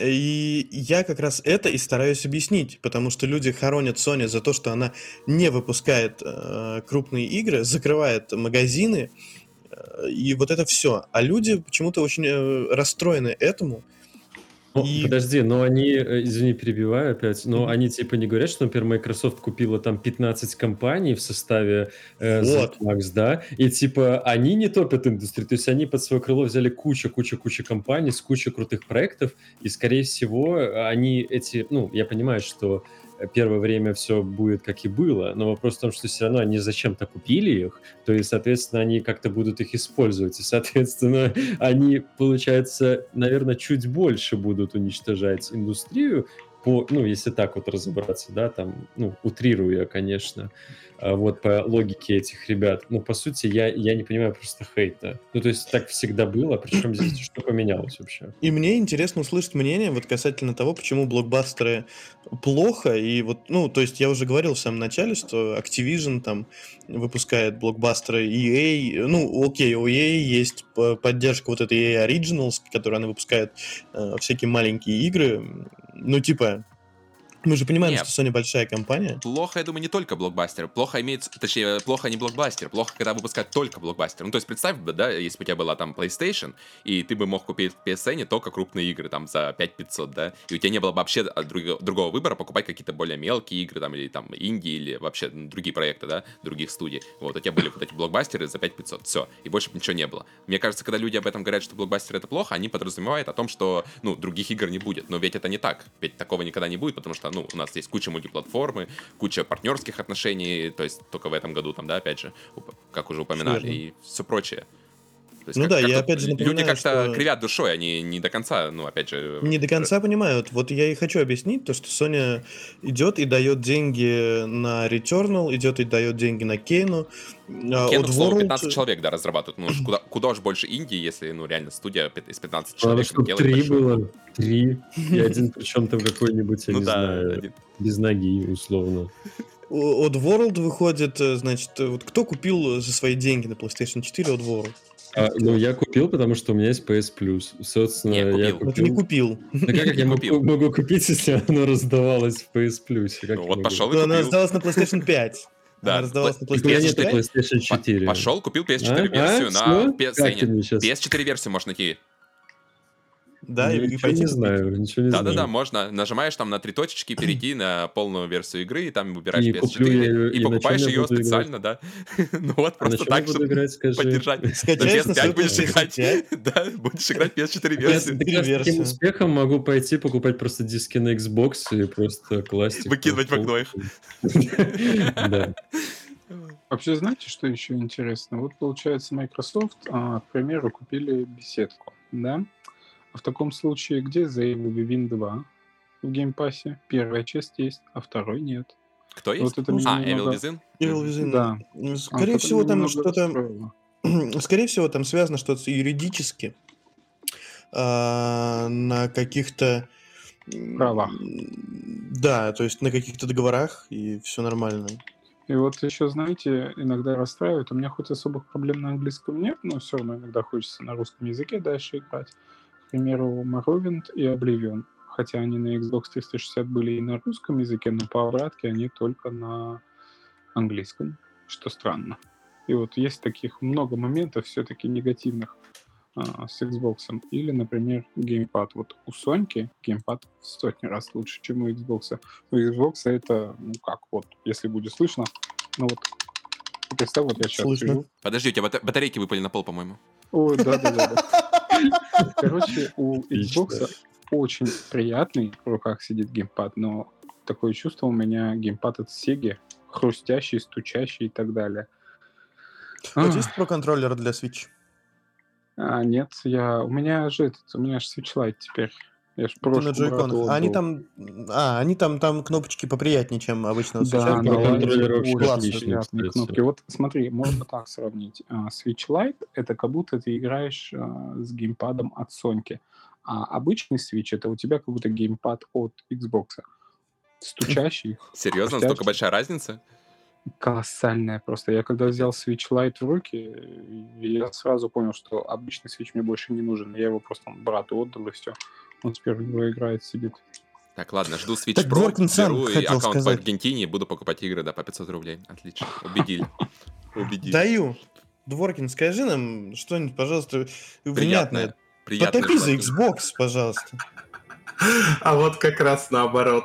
S1: и я как раз это и стараюсь объяснить, потому что люди хоронят Sony за то, что она не выпускает э, крупные игры, закрывает магазины, э, и вот это все. А люди почему-то очень э, расстроены этому.
S6: Ну,
S1: И-
S6: подожди, но они, э, извини, перебиваю опять, но
S1: Мгм.
S6: они типа не говорят, что, например, Microsoft купила там пятнадцать компаний в составе э,
S1: Вот.
S6: ZeniMax, да, и типа они не топят индустрию, то есть они под свое крыло взяли кучу-кучу-кучу компаний с кучей крутых проектов, и, скорее всего, они эти, ну, я понимаю, что первое время все будет как и было, но вопрос в том, что все равно они зачем-то купили их, то есть, соответственно, они как-то будут их использовать, и, соответственно, они, получается, наверное, чуть больше будут уничтожать индустрию, по, ну, если так вот разобраться, да, там, ну, утрирую я, конечно, а, вот по логике этих ребят. Ну, по сути, я, я не понимаю просто хейта. Ну, то есть так всегда было, причем здесь что поменялось вообще?
S1: И мне интересно услышать мнение вот касательно того, почему блокбастеры плохо. И вот, ну, то есть я уже говорил в самом начале, что Activision там выпускает блокбастеры и эй. Ну, окей, у и эй есть п- поддержка вот этой и эй Originals, которую она выпускает э, всякие маленькие игры. Ну, типа, Мы же понимаем,
S2: Нет.
S1: что Sony большая компания.
S2: Плохо, я думаю, не только блокбастер. Плохо имеется... Точнее, плохо не блокбастер. Плохо, когда выпускают только блокбастер. Ну, то есть, представь бы, да, если бы у тебя была там PlayStation, и ты бы мог купить в пи эс эн только крупные игры, там, за пять тысяч пятьсот, да, и у тебя не было бы вообще друг... другого выбора покупать какие-то более мелкие игры, там, или там, инди, или вообще другие проекты, да, других студий. Вот, у тебя были вот эти блокбастеры за пять тысяч пятьсот. Все. И больше бы ничего не было. Мне кажется, когда люди об этом говорят, что блокбастер это плохо, они подразумевают о том, что, ну, других игр не будет. Но ведь это не так. Ведь такого никогда не будет, потому что, ну, у нас есть куча мультиплатформы, куча партнерских отношений, то есть только в этом году, там, да, опять же, уп- как уже упоминали,
S1: Верно.
S2: и все прочее. То есть
S1: Ну
S2: как-
S1: да,
S2: как
S1: я
S2: тут
S1: опять же
S2: люди
S1: напоминаю,
S2: как-то
S1: что-
S2: кривят душой, они не до конца, ну, опять же...
S1: Не до конца понимают. Вот я и хочу объяснить то, что Sony идет и дает деньги на Returnal, идет и дает деньги на Кейну. а
S2: Кену, к слову,
S1: Oddworld-
S2: пятнадцать человек, да, разрабатывают. Ну, уж куда, куда уж больше Индии, если, ну, реально студия пи- из пятнадцати
S6: Надо,
S2: человек
S6: чтобы
S2: делает
S6: три
S2: большую.
S6: было. Три. И один причем там какой-нибудь, я
S2: Ну
S6: не
S2: да,
S6: знаю,
S2: один.
S6: без ноги, условно.
S1: О- Oddworld выходит, э, значит, э, вот кто купил за свои деньги на PlayStation четыре Oddworld?
S6: А, ну, я купил, потому что у меня есть пи эс Plus. Собственно,
S2: Не,
S6: я
S2: купил.
S1: Но ты не купил.
S6: Да как я
S2: Не
S6: могу,
S2: купил.
S6: могу купить, если оно раздавалось в пи эс Plus? Как
S2: Ну
S6: я
S2: вот
S6: могу?
S2: пошел и
S1: Но она
S2: купил.
S1: раздалась на PlayStation пять.
S2: Да.
S1: Она раздавалась на
S2: Пла-
S6: Так у меня
S1: PlayStation
S6: нет
S1: пять.
S6: PlayStation четыре.
S2: Пошел, купил пи эс четыре
S6: А?
S2: версию
S6: А?
S2: на
S6: Всё?
S2: пи эс
S6: Как ты мне щас-
S2: пи эс четыре версию можно найти.
S1: Да, и- и
S6: Ничего
S1: пойти
S6: не
S1: купить.
S6: знаю, ничего не
S2: Да-да-да,
S6: знаю.
S2: можно. Нажимаешь там на три точечки, перейти на полную версию игры, и там выбираешь
S6: И
S2: пи эс
S6: куплю я
S2: четыре,
S6: её,
S2: и
S6: и на
S2: покупаешь
S6: чём я
S2: ее
S6: буду играть?
S2: специально, да. Ну вот,
S6: А на
S2: просто
S6: чем
S2: так,
S6: я буду
S2: чтобы
S6: играть, скажи?
S2: поддержать. На
S1: Скачаешь на
S2: пи эс пять
S1: свой
S2: будешь
S1: PlayStation
S2: играть.
S1: пять.
S2: Да, будешь играть пи эс четыре
S6: Я с
S2: версию.
S1: Три
S6: я с таким
S1: версии.
S6: успехом могу пойти покупать просто диски на Xbox и просто класть их
S2: Выкидывать в окно их.
S6: Да.
S9: Вообще, знаете, что еще интересно? Вот, получается, Microsoft, а, к примеру, купили беседку, да? А в таком случае, где заявили Win два в геймпассе? Первая часть есть, а второй нет.
S2: Кто есть?
S9: Вот это меня
S2: А, Evil
S9: немного-
S2: Within?
S1: Evil Within.
S9: Да.
S1: Ну,
S9: А
S1: Скорее
S9: вот это
S1: всего,
S9: меня
S1: там
S9: немного
S1: что-то...
S9: расстроило.
S1: Скорее всего, там связано что-то юридически а, на каких-то... м,
S9: Правах.
S1: Да, то есть на каких-то договорах, и все нормально.
S9: И вот еще, знаете, иногда расстраивает. У меня хоть особых проблем на английском нет, но все равно иногда хочется на русском языке дальше играть. К примеру, Morrowind и Oblivion. Хотя они на Xbox триста шестьдесят были и на русском языке, но по обратке они только на английском, что странно. И вот есть таких много моментов все-таки негативных а, с Xbox. Или, например, геймпад. Вот у Соньки геймпад в сотни раз лучше, чем у Xbox. У Xbox это, ну как, вот, если будет слышно, ну вот, представь, вот я сейчас
S1: Слышно.
S9: сижу.
S2: Подожди, у тебя бата- батарейки выпали на пол, по-моему.
S9: Ой, да-да-да. Короче, у Xbox очень приятный в руках сидит геймпад, но такое чувство у меня геймпад от Sega, хрустящий, стучащий и так далее.
S1: Вот
S9: Ах.
S1: есть про-контроллер для Switch?
S9: А, нет, я... у меня же этот, у меня же Switch Lite теперь. Я ж
S1: Ты на
S9: прошлому
S1: джойконах.
S9: брату
S1: А они
S9: отдал.
S1: там... А, они там, там кнопочки поприятнее, чем обычно.
S9: Да,
S6: Switch
S9: на
S6: Lite
S9: Lite
S6: контроллер вообще
S9: очень
S1: отличный,
S9: приятные
S6: кстати.
S9: кнопки. Вот смотри, можно так сравнить. А, Switch Lite — это как будто ты играешь а, с геймпадом от Соньки. А обычный Switch — это у тебя как будто геймпад от Xbox. Стучащий,
S2: Серьезно,
S9: Хрустящий.
S2: настолько большая разница?
S9: колоссальная просто. Я когда взял Switch Lite в руки, я сразу понял, что обычный Switch мне больше не нужен. Я его просто брату отдал, и все. Он теперь в него играет, сидит.
S2: Так, ладно, жду Switch
S1: Так
S2: Pro,
S1: Дворкин сам
S2: беру и
S1: хотел
S2: аккаунт по
S1: сказать.
S2: Аргентине, буду покупать игры, да, по пятьсот рублей. Отлично, убедили. Убедили.
S1: Даю. Дворкин, скажи нам что-нибудь, пожалуйста, внятное.
S2: Приятное. Приятное
S1: Потопи за
S2: желание.
S1: Xbox, пожалуйста.
S7: А вот как раз наоборот.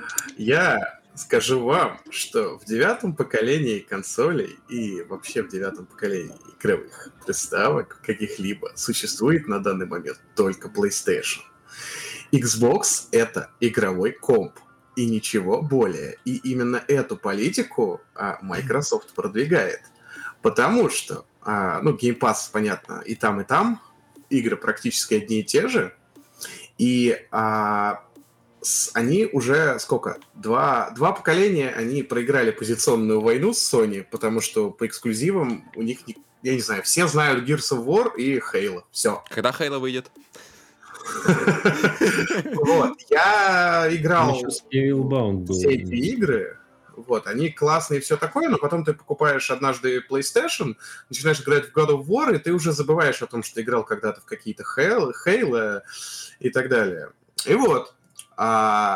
S7: Я скажу вам, что в девятом поколении консолей и вообще в девятом поколении игровых приставок каких-либо существует на данный момент только PlayStation. Xbox — это игровой комп. И ничего более. И именно эту политику а, Microsoft продвигает. Потому что, а, ну, Game Pass, понятно, и там, и там. Игры практически одни и те же. И а, с, они уже, сколько? Два, два поколения они проиграли позиционную войну с Sony, потому что по эксклюзивам у них, не, я не знаю, все знают Gears of War и Halo. Все.
S2: Когда Halo выйдет?
S7: Вот. Я играл
S6: Еще Scalebound был.
S7: все эти игры. Вот, они классные и все такое, но потом ты покупаешь однажды PlayStation, начинаешь играть в God of War, и ты уже забываешь о том, что играл когда-то в какие-то Halo, Halo и так далее. И вот, а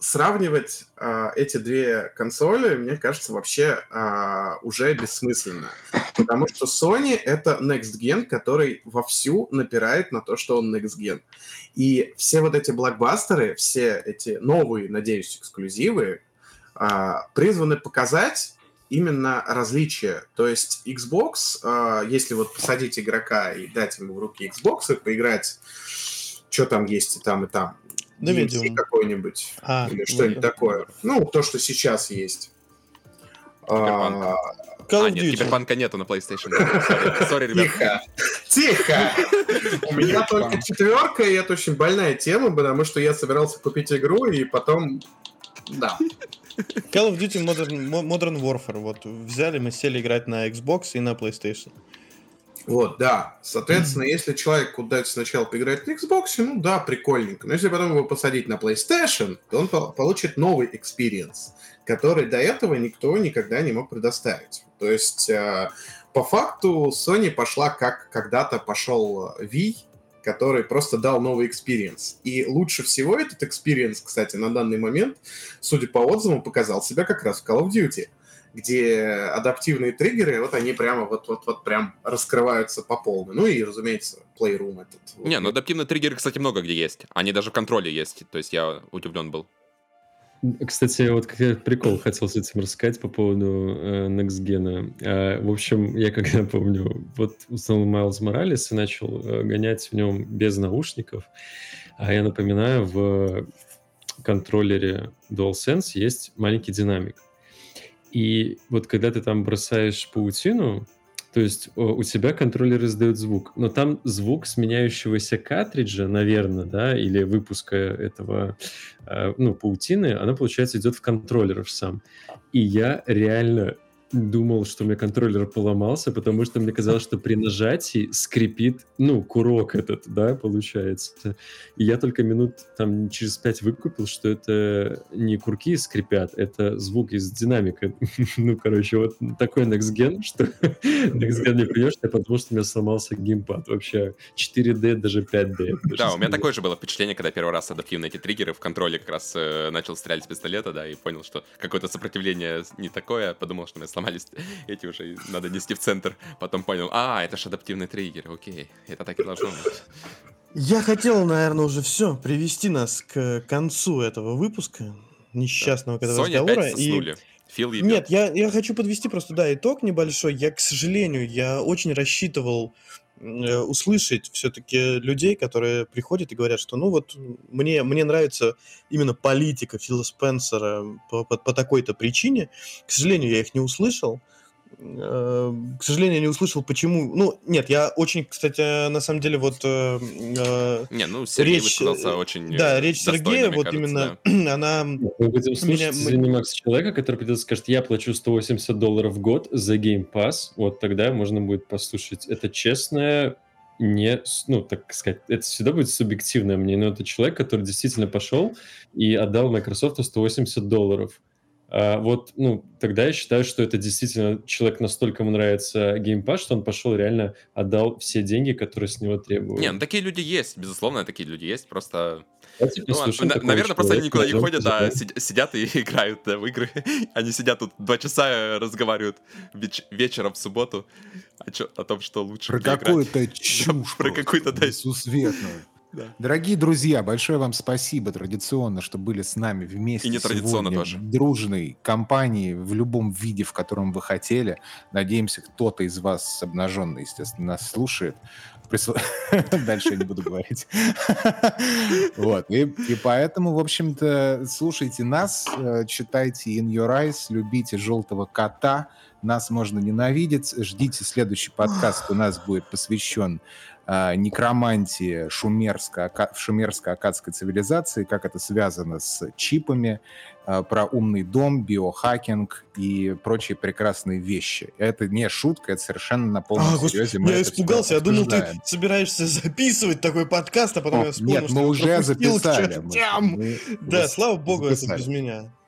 S7: сравнивать э, эти две консоли, мне кажется, вообще э, уже бессмысленно. Потому что Sony — это Next Gen, который вовсю напирает на то, что он Next Gen. И все вот эти блокбастеры, все эти новые, надеюсь, эксклюзивы э, призваны показать именно различия. То есть Xbox, э, если вот посадить игрока и дать ему в руки Xbox и поиграть, что там есть и там, и там,
S1: Да,
S7: ди эм си
S1: видео.
S7: какой-нибудь,
S1: А,
S7: или что-нибудь
S1: вот.
S7: такое. Ну, то, что сейчас есть.
S2: Киберпанк.
S7: А,
S1: Call
S2: А,
S1: of
S2: нет,
S1: Duty.
S2: Киберпанка нету на PlayStation. Сори, сори, ребят.
S7: Тихо, тихо. У меня только четверка, и это очень больная тема, потому что я собирался купить игру, и потом... Да.
S1: Call of Duty Modern, Modern Warfare. Вот взяли, мы сели играть на Xbox и на PlayStation.
S7: Вот, да. Соответственно, если человеку дать сначала поиграть на Xbox, ну да, прикольненько. Но если потом его посадить на PlayStation, то он по- получит новый experience, который до этого никто никогда не мог предоставить. То есть, э, по факту, Sony пошла, как когда-то пошел Wii, который просто дал новый experience. И лучше всего этот experience, кстати, на данный момент, судя по отзывам, показал себя как раз в Call of Duty, где адаптивные триггеры, вот они прямо вот-вот-вот прям раскрываются по полной. Ну и, разумеется, Playroom этот.
S2: Не, ну адаптивные триггеры, кстати, много где есть. Они даже в контроле есть. То есть я удивлен был.
S6: Кстати, вот как я прикол хотел с этим рассказать по поводу э, Next Gen. Э, в общем, я когда помню, вот узнал Майлз Моралес и начал э, гонять в нем без наушников. А я напоминаю, в контроллере DualSense есть маленький динамик. И вот когда ты там бросаешь паутину, то есть о, у тебя контроллер издает звук, но там звук сменяющегося картриджа, наверное, да, или выпуска этого, э, ну, паутины, она, получается, идет в контроллер сам. И я реально думал, что у меня контроллер поломался, потому что мне казалось, что при нажатии скрипит, ну, курок этот, да, получается. И я только минут там через пять выкупил, что это не курки скрипят, это звук из динамика. Ну, короче, вот такой Next Gen, что Next Gen не придешь, я подумал, что у меня сломался геймпад. Вообще четыре дэ, даже пять дэ.
S2: Да, у меня такое же было впечатление, когда первый раз адаптивные эти триггеры в контроле как раз э, начал стрелять с пистолета, да, и понял, что какое-то сопротивление не такое, подумал, что у меня сломались эти уже, надо нести в центр. Потом понял, а, это же адаптивные триггеры, окей, это так и должно быть.
S1: Я хотел, наверное, уже все привести нас к концу этого выпуска несчастного да.
S2: Sony
S1: разговора.
S2: опять соснули.
S1: И...
S2: Фил ебет.
S1: Нет, я, я хочу подвести просто, да, итог небольшой. Я, к сожалению, я очень рассчитывал э, услышать все-таки людей, которые приходят и говорят, что, ну вот, мне, мне нравится именно политика Фила Спенсера по, по, по такой-то причине. К сожалению, я их не услышал. Э, к сожалению, я не услышал, почему... Ну, нет, я очень, кстати, на самом деле, вот... Э, э,
S2: не, ну, Сергей
S1: речь,
S2: высказался очень
S1: да, речь Сергея, вот
S2: кажется,
S1: именно,
S2: да.
S1: она...
S6: Мы будем слушать,
S1: меня,
S6: извини, Макс, человека, который придет и скажет, я плачу сто восемьдесят долларов в год за Game Pass, вот тогда можно будет послушать. Это честное, не, ну, так сказать, это всегда будет субъективное мнение, но это человек, который действительно пошел и отдал Microsoft сто восемьдесят долларов. А вот, ну, тогда я считаю, что это действительно человек настолько ему нравится Game Pass, что он пошел реально отдал все деньги, которые с него требуют.
S2: Не, ну такие люди есть, безусловно, такие люди есть, просто...
S6: Давайте
S2: Ну,
S6: послушаем
S2: на-
S6: такого
S2: наверное, просто они никуда не
S6: человека,
S2: ходят, а
S6: да.
S2: сид- сидят и играют да, в игры. Они сидят тут два часа, э, разговаривают веч- вечером в субботу о, чё- о том, что лучше
S3: Про
S2: где играть.
S3: какую-то чушь.
S2: Про какую-то, да.
S3: Несусветную.
S2: Да.
S3: Дорогие друзья, большое вам спасибо традиционно, что были с нами вместе
S2: И нетрадиционно
S3: сегодня
S2: тоже.
S3: в дружной компании в любом виде, в котором вы хотели. Надеемся, кто-то из вас обнаженный, естественно, нас слушает. Прису- Дальше я не буду говорить. Вот. И, и поэтому, в общем-то, слушайте нас, э, читайте In Your Eyes, любите желтого кота. Нас можно ненавидеть. Ждите следующий подкаст. У нас будет посвящен э, некромантии шумерско-ака- шумерско-акадской цивилизации, как это связано с чипами, э, про умный дом, биохакинг и прочие прекрасные вещи. Это не шутка, это совершенно на полном
S1: А, господи,
S3: серьезе. Мы
S1: я
S3: это всё
S1: испугался, я думал, ты
S3: обсуждаем.
S1: собираешься записывать такой подкаст, а потом
S3: О,
S1: я вспомнил,
S3: нет,
S1: что
S3: мы
S1: я
S3: уже
S1: пропустил к
S3: записали. Мы-
S1: чертям.
S3: мы
S1: Да,
S3: зас-
S1: слава богу, это
S3: записали.
S1: без меня.